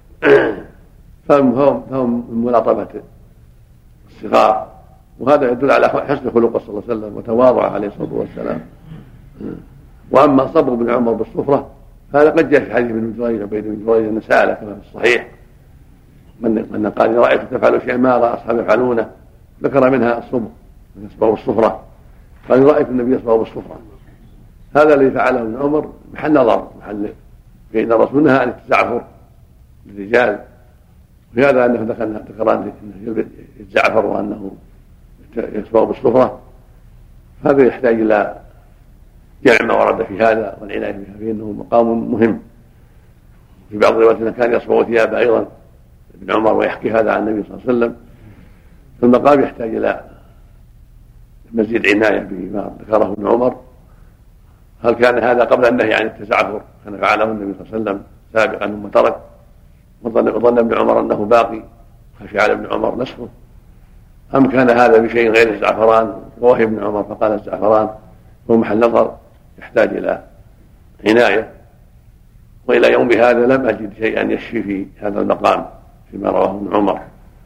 S2: فهم من ملاطفة الصغار وهذا يدل على حسن خلقه صلى الله عليه وسلم وتواضعه عليه الصلاة والسلام. وأما صبر بن عمر بالصفرة هذا قد جاء في حديث ابن جريج عبيد بن جريج أن سأله كما في الصحيح من قال إن رأيت تفعل شيئا ما رأى أصحابي يفعلونه ذكر منها الصبر يصبغ بالصفرة قال إن رأيت النبي يصبغ بالصفرة هذا الذي فعله ابن عمر محل نظر محل فإن الرسول نهى عن التزعفر للرجال وفي هذا أنه ذكر أنه يتزعفر وأنه يصبغ بالصفرة هذا يحتاج إلى جمع ما ورد في هذا والعناية بها فإنه مقام مهم. في بعض الروايات كان يصبغ ثيابه أيضا ابن عمر ويحكي هذا عن النبي صلى الله عليه وسلم فالمقام يحتاج إلى مزيد عناية بما ذكره ابن عمر. هل كان هذا قبل النهي عن التزعفر كان فعله النبي صلى الله عليه وسلم سابقا ثم ترك وظن ابن عمر أنه باقي خشي على ابن عمر نسخه أم كان هذا بشيء غير الزعفران ووهي ابن عمر فقال الزعفران هو محل نظر يحتاج إلى عناية. وإلى يوم هذا لم أجد شيئا يشفي في هذا المقام فيما رواه ابن عمر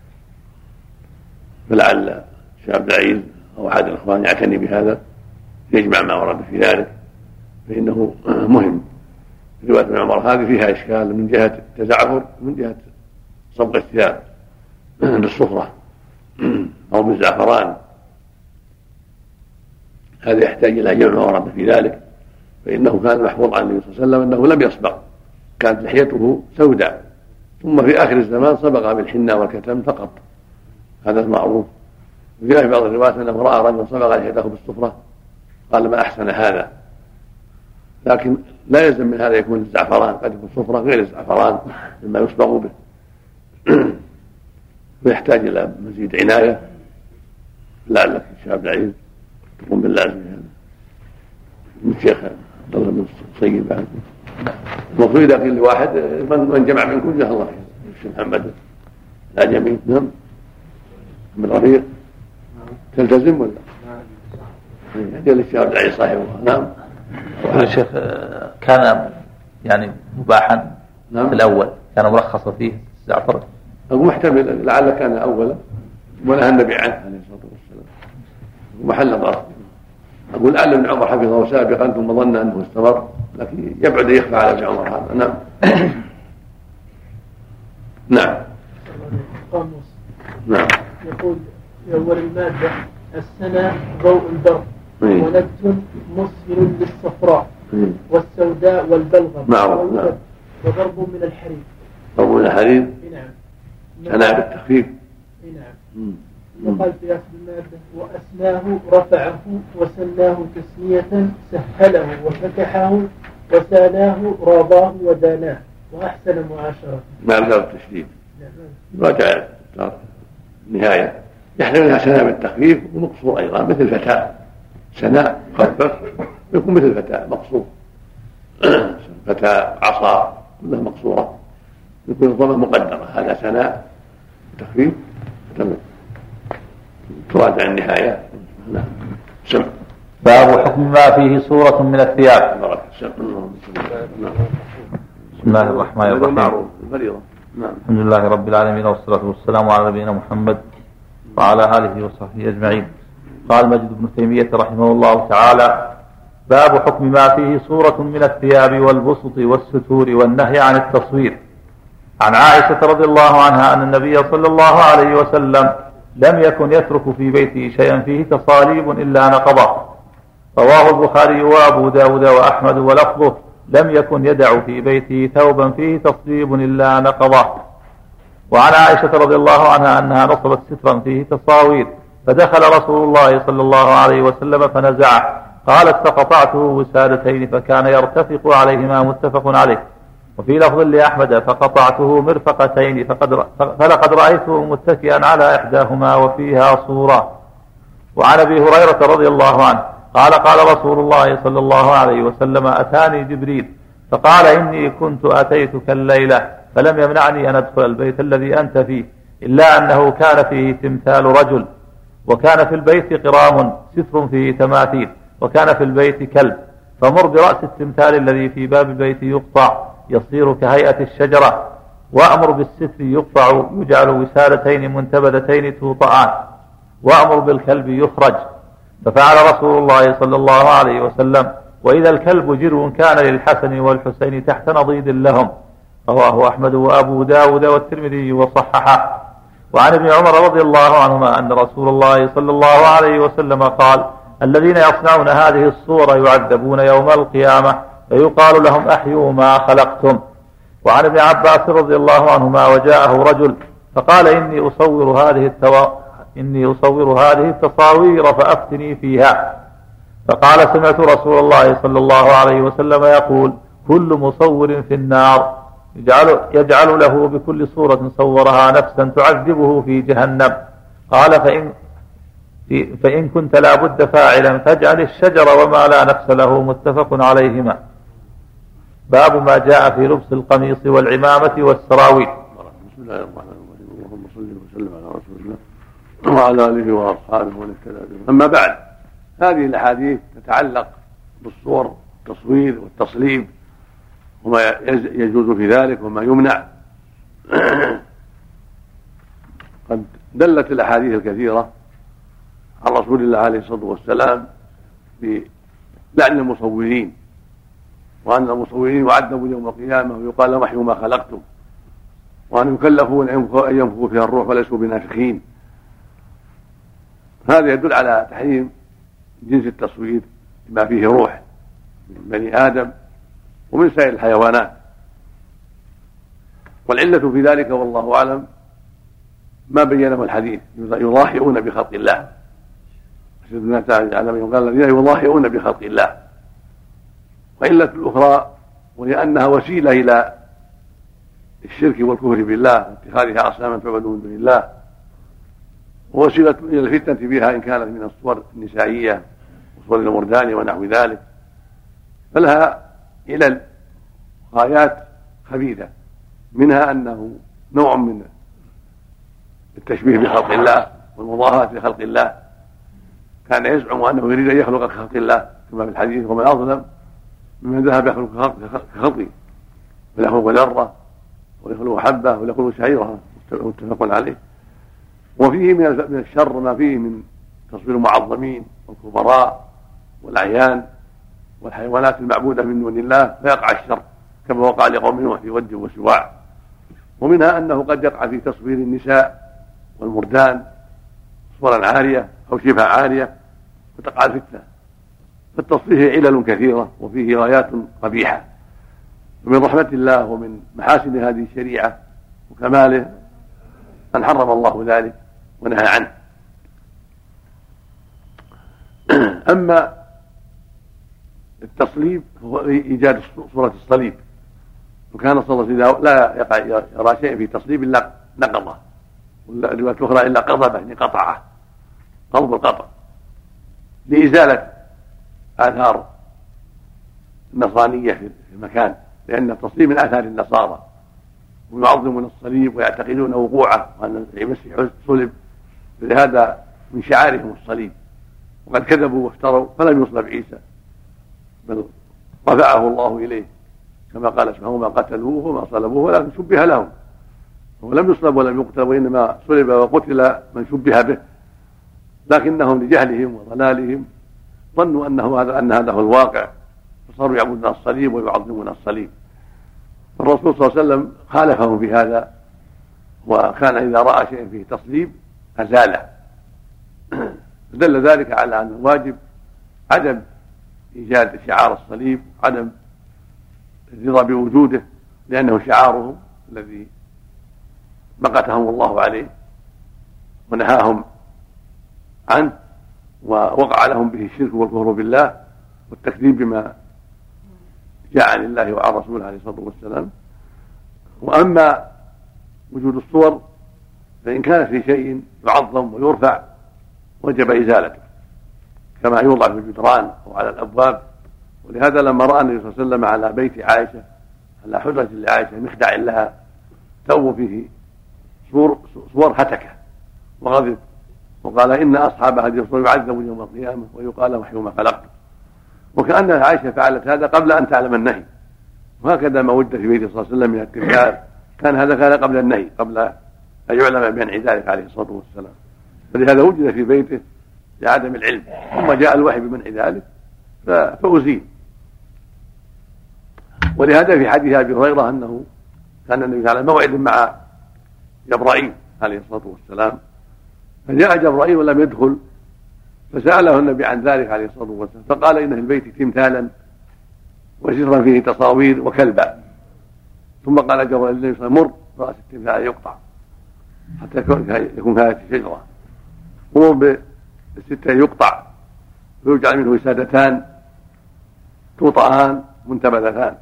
S2: فلعل الشيخ عبد العزيز أو أحد الإخوان يعتني بهذا يجمع ما ورد في ذلك فإنه مهم. رواية ابن عمر هذه فيها إشكال من جهة التزعفر ومن جهة صبغ الثياب بالصفرة أو بالزعفران، هذا يحتاج إلى جمع ورد في ذلك، فإنه كان محفوظ عن النبي صلى الله عليه وسلم أنه لم يصبغ، كانت لحيته سوداء، ثم في آخر الزمان صبغ بالحنة والكتم فقط، هذا المعروف. وجاء في بعض الروايات أنه رأى رجلا صبغ لحيته بالصفرة قال ما أحسن هذا، لكن لا يلزم من هذا يكون الزعفران، قد يكون صفرة غير الزعفران مما يصبغ به ويحتاج إلى مزيد عناية. لعلك الشاب العليم تقوم باللازم هذا من الشيخ عبد الله بن الصيب بعد المفروض إذا قيل لواحد من جمع منكم جزاه الله خير الشيخ محمد العجمي نعم من رفيق تلتزم ولا؟ هذه الشاب العليم صاحبه نعم.
S8: الشيخ كان يعني مباحا نعم. في الأول كان مرخص فيه الزعفر
S2: أقول محتمل لعل كان أولا ونهى النبي عنه عليه الصلاة والسلام ومحل ضرر. أقول لعل ابن عمر حفظه سابقا ثم ظن أنه استمر، لكن يبعد يخفى على ابن عمر هذا. نعم نعم
S10: نعم. يقول في أول المادة السنة ضوء البرق ونبت مسهل للصفراء والسوداء والبلغم وضرب من الحرير.
S2: ضرب من الحرير
S10: نعم.
S2: سنة بالتخفيف.
S10: نعم. وقال في آخر المادة وأسناه رفعه وسناه تسمية سهله وفتحه وساناه راباه وداناه وأحسن معاشرته.
S2: ما بلغ التشديد راجع النهاية يحتمل منها سنة بالتخفيف ومقصور أيضا مثل فتاة سناء مخفف يكون مثل فتاة مقصور فتاة عصا كلها مقصورة يكون الضمة مقدرة هذا سناء تخفيف تمام تراجع النهاية. نعم.
S8: باب حكم ما فيه صورة من الثياب. بسم الله الرحمن الرحيم. الحمد لله رب العالمين والصلاة والسلام على نبينا محمد وعلى آله وصحبه أجمعين. قال مجد بن تيمية رحمه الله تعالى باب حكم ما فيه صورة من الثياب والبسط والستور والنهي عن التصوير. عن عائشة رضي الله عنها أن النبي صلى الله عليه وسلم لم يكن يترك في بيته شيئا فيه تصاليب إلا نقضه. رواه البخاري وأبو داود وأحمد ولفظه لم يكن يدع في بيته ثوبا فيه تصليب إلا نقضه. وعن عائشة رضي الله عنها أنها نصبت سترا فيه تصاوير فدخل رسول الله صلى الله عليه وسلم فنزعه، قالت فقطعته وسادتين فكان يرتفق عليهما متفق عليه. وفي لفظ لأحمد فقطعته مرفقتين فلقد رأيته متكئا على إحداهما وفيها صورة. وعن أبي هريرة رضي الله عنه قال قال رسول الله صلى الله عليه وسلم أتاني جبريل فقال إني كنت أتيتك الليلة فلم يمنعني أن أدخل البيت الذي أنت فيه إلا أنه كان فيه تمثال رجل، وكان في البيت قرام ستر فيه تماثيل، وكان في البيت كلب، فمر برأس التمثال الذي في باب البيت يقطع يصير كهيئة الشجرة، وأمر بالستر يقطع يجعل وسادتين منتبذتين توطعان، وأمر بالكلب يخرج. ففعل رسول الله صلى الله عليه وسلم، وإذا الكلب جرو كان للحسن والحسين تحت نضيد لهم. رواه أحمد وأبو داود والترمذي وصححه. وعن ابن عمر رضي الله عنهما أن رسول الله صلى الله عليه وسلم قال الذين يصنعون هذه الصورة يعذبون يوم القيامة فيقال لهم أحيوا ما خلقتم. وعن ابن عباس رضي الله عنهما وجاءه رجل فقال إني أصور هذه التصاوير فأفتني فيها. فقال سمعت رسول الله صلى الله عليه وسلم يقول كل مصور في النار يجعل له بكل صورة صورها نفسا تعذبه في جهنم. قال فإن كنت لا بد فاعلا فاجعل الشجر وما لا نفس له متفق عليهما. باب ما جاء في لبس القميص والعمامة والسراويل.
S2: بسم الله الرحمن الرحيم. اللهم صل وسلم على رسول الله وعلى آله وأصحابه ومن اهتدى بهديه. أما بعد، هذه الأحاديث تتعلق بالصور التصوير والتصليب وما يجوز في ذلك وما يمنع. قد دلت الأحاديث الكثيرة عن رسول الله عليه الصلاة والسلام بلعن المصورين، وأن المصورين يعذبوا يوم القيامة ويقال لهم احيوا ما خلقتم. وأن يكلفوا أن ينفخوا فيها الروح وليسوا بنافخين. هذا يدل على تحريم جنس التصوير بما فيه روح من بني آدم ومن سائر الحيوانات. والعلة في ذلك والله أعلم ما بينه الحديث، يضاهئون بخلق الله. قال الذين يضاهئون بخلق الله. وعلة الأخرى وهي أنها وسيلة إلى الشرك والكفر بالله واتخاذها أصناما تعبد من دون الله، ووسيلة إلى الفتنة بها إن كانت من الصور النسائية وصور المردان ونحو ذلك، فلها إلى غايات خبيثة، منها أنه نوع من التشبيه بخلق الله والمضاهاة بخلق الله. كان يزعم أنه يريد أن يخلق كخلق الله كما في الحديث: ومن أظلم ممن ذهب يخلق كخلقي، فيخلق ذرة ويخلق حبة ويخلق شعيرة، متفق عليه. وفيه من الشر ما فيه من تصوير المعظمين والكبراء والأعيان والحيوانات المعبودة من دون الله، فيقع الشر كما وقع لقوم نوح في ود وسواع. ومنها أنه قد يقع في تصوير النساء والمردان صورا عارية أو شبه عارية فتقع الفتنة. فالتصوير علل كثيرة وفيه غايات قبيحة. ومن رحمة الله ومن محاسن هذه الشريعة وكماله أن حرم الله ذلك ونهى عنه. أما التصليب هو إيجاد صورة الصليب، وكان صلى الله عليه وسلم لا يرى شيء في تصليب إلا نقضه، والرواية الأخرى إلا قضبه، يعني قطعه، قلب القطع، لإزالة آثار النصرانية في المكان، لأن التصليب من آثار النصارى، ويعظمون الصليب ويعتقدون وقوعه وأن المسيح صلب، لهذا من شعارهم الصليب. وقد كذبوا وافتروا فلم يصلب عيسى، بل رفعه الله إليه كما قال سبحانه: ما قتلوه وما صلبوه ولكن شبه لهم. هو لم يصلب ولم يقتل، وإنما صلب وقتل من شبه به، لكنهم لجهلهم وضلالهم ظنوا أن هذا هو الواقع، فصاروا يعبدون الصليب ويعظمون الصليب. الرسول صلى الله عليه وسلم خالفهم في هذا، وكان إذا رأى شيء فيه تصليب أزاله. دل ذلك على أن الواجب عدم إيجاد شعار الصليب، عدم الرضا بوجوده، لأنه شعارهم الذي مقتهم الله عليه ونهاهم عنه، ووقع لهم به الشرك والكفر بالله والتكذيب بما جاء عن الله وعن رسوله عليه الصلاة والسلام. وأما وجود الصور فإن كان في شيء يعظم ويرفع وجب إزالته، كما يوضع في الجدران أو على الأبواب. ولهذا لما رأى النبي صلى الله عليه وسلم على بيت عائشة، على حجرة لعائشة، مخدع لها ثوب فيه صور هتكة، وغضب وقال: إن أصحاب هذه الصور يعذبون يوم القيامة ويقال لهم حيوا ما خلقت. وكأن عائشة فعلت هذا قبل أن تعلم النهي، وهكذا ما وجد في بيته صلى الله عليه وسلم من التمثال كان قبل النهي، قبل أن يعلم بمنع ذلك عليه الصلاة والسلام. فلهذا وجد في بيته لعدم العلم، ثم جاء الوحي بمنع ذلك فأزيل. ولهذا في حديث أبي هريرة أنه كان النبي على موعد مع جبرائيل عليه الصلاة والسلام، فجاء جبرائيل ولم يدخل، فسأله النبي عن ذلك عليه الصلاة والسلام، فقال: إن في البيت تمثالا وسرا فيه تصاوير وكلبا. ثم قال جبرائيل للنبي صلى الله عليه وسلم: مر رأس التمثال يقطع حتى يكون كهذه الشجرة، مر بالستة يقطع ويجعل منه وسادتان توطئان منتبذتان،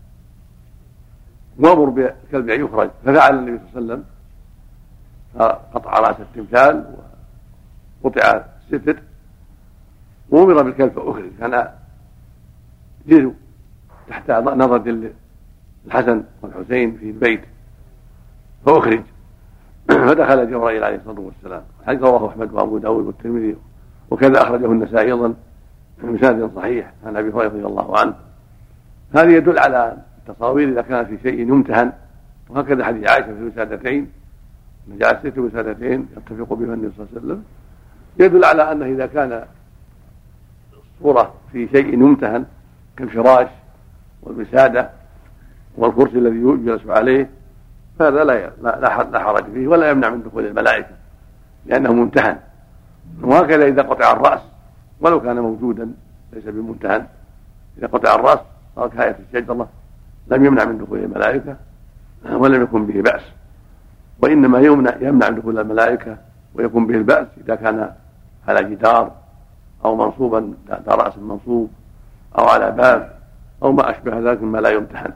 S2: وامر بالكلب ان يخرج. ففعل النبي صلى الله عليه وسلم، فقطع راس التمثال وقطع الستر وامر بالكلب فاخرج. كان جزء تحت نظر الحسن والحسين في البيت فاخرج، فدخل جبرائيل عليه الصلاه والسلام. حديث رواه احمد وابو داود والترمذي، وكذا اخرجه النسائي ايضا بسند صحيح عن ابي هريره رضي الله عنه. هذا يدل على التصاوير اذا كان في شيء يمتهن، وهكذا حديث عائشه في الوسادتين، ان جاء 6 وسادتين يتفق بها النبي صلى الله عليه وسلم، يدل على انه اذا كان الصوره في شيء يمتهن كالفراش والوساده والكرسي الذي يجلس عليه فهذا لا حرج فيه ولا يمنع من دخول الملائكة لأنه ممتهن. وهكذا إذا قطع الرأس ولو كان موجودا ليس بممتهن، إذا قطع الرأس صار كآية الشجرة لم يمنع من دخول الملائكة ولم يكن به بأس، وإنما يمنع من دخول الملائكة ويكون به البأس إذا كان على جدار أو منصوبا ذات رأس منصوب أو على باب أو ما أشبه ذلك مما لا يمتحن.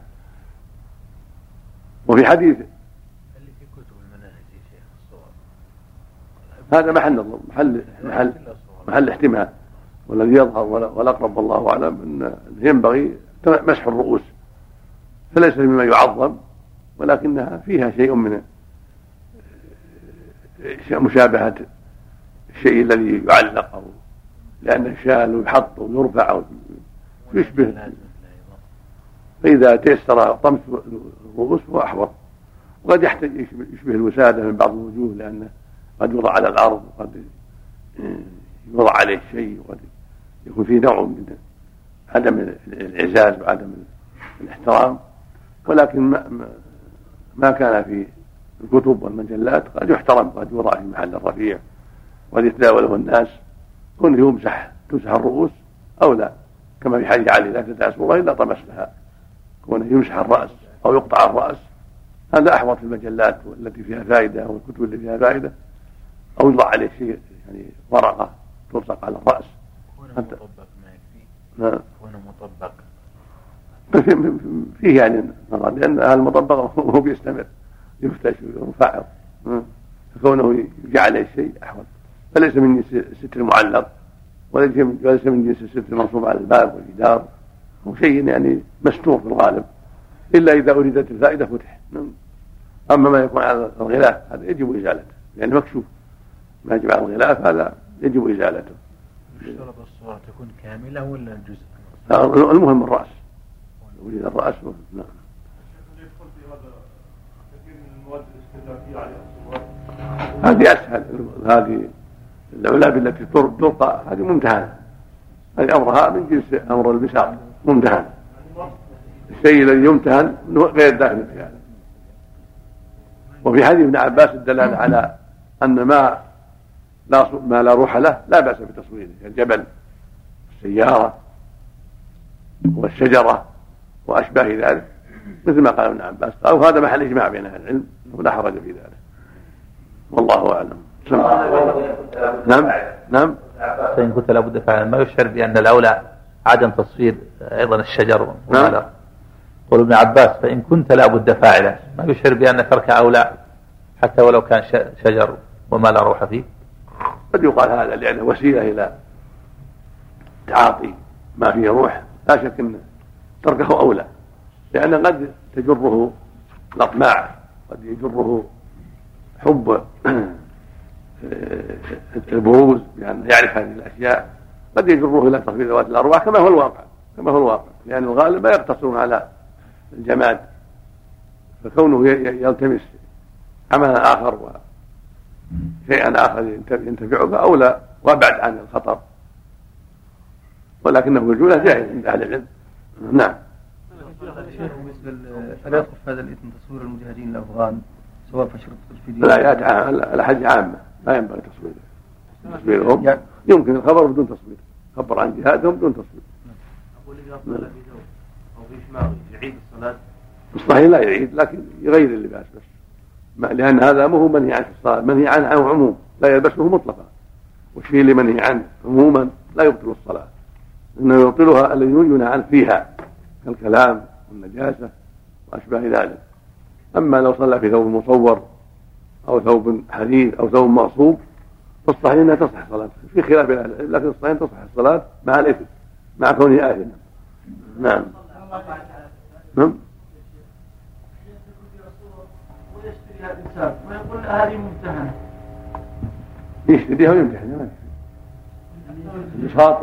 S2: وفي حديث
S11: اللي في كتب المناهج يا شيخ الصور
S2: هذا محل احتمال، والذي يظهر والأقرب والله أعلم أن ينبغي مسح الرؤوس، فليس مما يعظم ولكنها فيها شيء من مشابهة الشيء الذي يعلق أو لأن الشال يحط ويرفع أو يشبه، فإذا تيسر طمس الرؤوس هو أحوط. وقد يشبه الوسادة من بعض الوجوه لأنه قد يوضع على الأرض وقد يوضع عليه شيء وقد يكون فيه نوع من عدم الإعزاز وعدم الاحترام، ولكن ما كان في الكتب والمجلات قد يحترم، قد يوضع في محل الرفيع وقد يتداوله الناس، كونه تمسح الرؤوس أو لا، كما في حديث علي لا تدع سورة إلا طمسها، كونه يمسح الرأس أو يقطع الرأس هذا أحوط في المجلات التي فيها فائدة والكتب التي فيها فائدة، أو يوضع عليه شيء يعني ورقة تلصق على الرأس.
S11: هنا مطبق ما يكفي. هنا مطبق
S2: فيه يعني نظر، لأن المطبق هو بيستمر يفتش ويرفع، فكونه يجعل عليه شيء أحوط، فليس من جنس الستر المعلق وليس من جنس الستر المنصوب على الباب والجدار، هو شيء يعني مستور في الغالب إلا إذا أريدت الفائدة فتح. أما ما يكون على الغلاف هذا يجب إزالته لأنه مكشوف، ما يجب على الغلاف هذا يجب إزالته.
S11: يشترط الصورة تكون كاملة ولا الجزء؟
S2: المهم الرأس، يريد الرأس. نعم. هذه أسهل، هذه العلاب التي ترقى هذه ممتهنة، هذه أمرها من جنس أمر البساط ممتهن، الشيء الذي يمتهن غير داخل في هذا. وفي حديث ابن عباس الدلالة على أن ما لا روح له لا بأس بتصويره، الجبل السيارة والشجرة وأشباه ذلك، مثل ما قال ابن عباس قال، وهذا محل إجماع بين أهل العلم ولا حرج في ذلك، والله أعلم. نعم.
S7: فإن كنت لابد فعلا ما يشعر بأن الأولى عدم تصوير أيضا الشجر والمال. قول ابن عباس فإن كنت لابد فاعلا ما يشعر بأن ترك أولى حتى ولو كان شجر وما لا روح فيه.
S2: قد يقال هذا لأنه وسيلة إلى تعاطي ما فيه روح، لا شك أن تركه أولى، لأن قد تجره الأطماع، قد يجره حب البروز بأن يعرف هذه الأشياء، قد يجره إلى تصوير ذوات الأرواح كما هو الواقع، لأن الغالب ما يقتصرون على الجماد، فكونه يلتمس عملا آخر وشيئا آخر ينتفع به أولى وابعد عن الخطر، ولكنه بالجملة جائز عند أهل العلم. نعم.
S12: هل يدخل في هذا الإثم تصوير المجاهدين الأفغان سواء في شرط الفدية؟
S2: الآيات الحج عامة لا ينبغي تصويرهم، يمكن الخبر بدون تصوير، خبر عن جهادهم بدون تصوير.
S12: أقول إذا صلى في ثوب أو في شماغ يعيد الصلاة؟
S2: الصحيح لا يعيد، لكن يغير اللباس بس، لأن هذا مو منهي عنه في الصلاة، منهي عنه عموم لا يلبسه مطلقا، والشيء اللي منهي عنه عموما لا يبطل الصلاة، إنه يبطلها الذي ينهى عنه فيها كالكلام والنجاسة وأشباه ذلك. أما لو صلى في ثوب مصور أو ثوب حديد أو ثوب مغصوب فالصحيح أنها تصح صلاته، في خلاف بين أهل العلم، لكن الصحيح تصح الصلاة مع الإثم مع كونه آثما. نعم.
S10: ويشتريها الإنسان ويقول هذه ممتهنة،
S2: يشتريها ويمتحنها بساط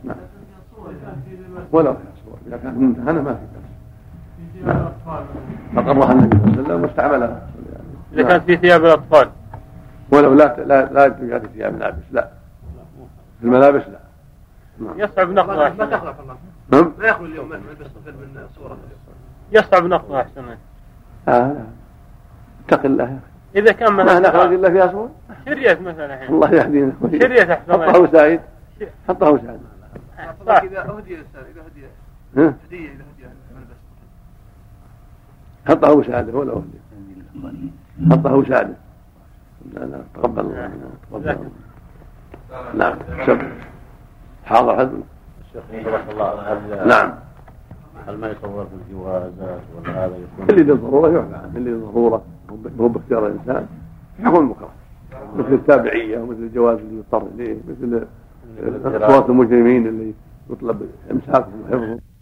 S2: ولا فيها صور، إذا كانت ممتهنة ما في بأس، فقرها النبي صلى الله عليه وسلم واستعملها.
S6: إذا كانت في ثياب الأطفال
S2: ولو لا توجد في ثياب الملابس، لا في الملابس لا.
S6: يصعب نقضها
S12: ما تخلف الله ما يخلو اليوم من يلبس طفل من صورة،
S6: يصعب نقضها أحسن.
S2: لا اتق الله يا اخي.
S6: اذا كان
S2: ما نخرج الا في اصبع
S6: شريت مثلا
S2: الله يهدينا
S6: شريت
S2: حطه سعيد حطه سعيد
S10: اذا اهدي اذا هدي هديه اذا هدي
S2: حطه سعيد ولا اهدي حطه سعيد. لا تقبل الله تقبل الله. نعم حاضر حد نعم.
S13: هل ما يصور في الجوازات ولا هذا يكون
S2: اللي للضروره يعفى عنه اللي للضروره هو باختيار الانسان يكون مكره مثل التابعيه ومثل الجواز اللي يضطر اليه مثل صوت المجرمين اللي يطلب امساكهم وحفظهم.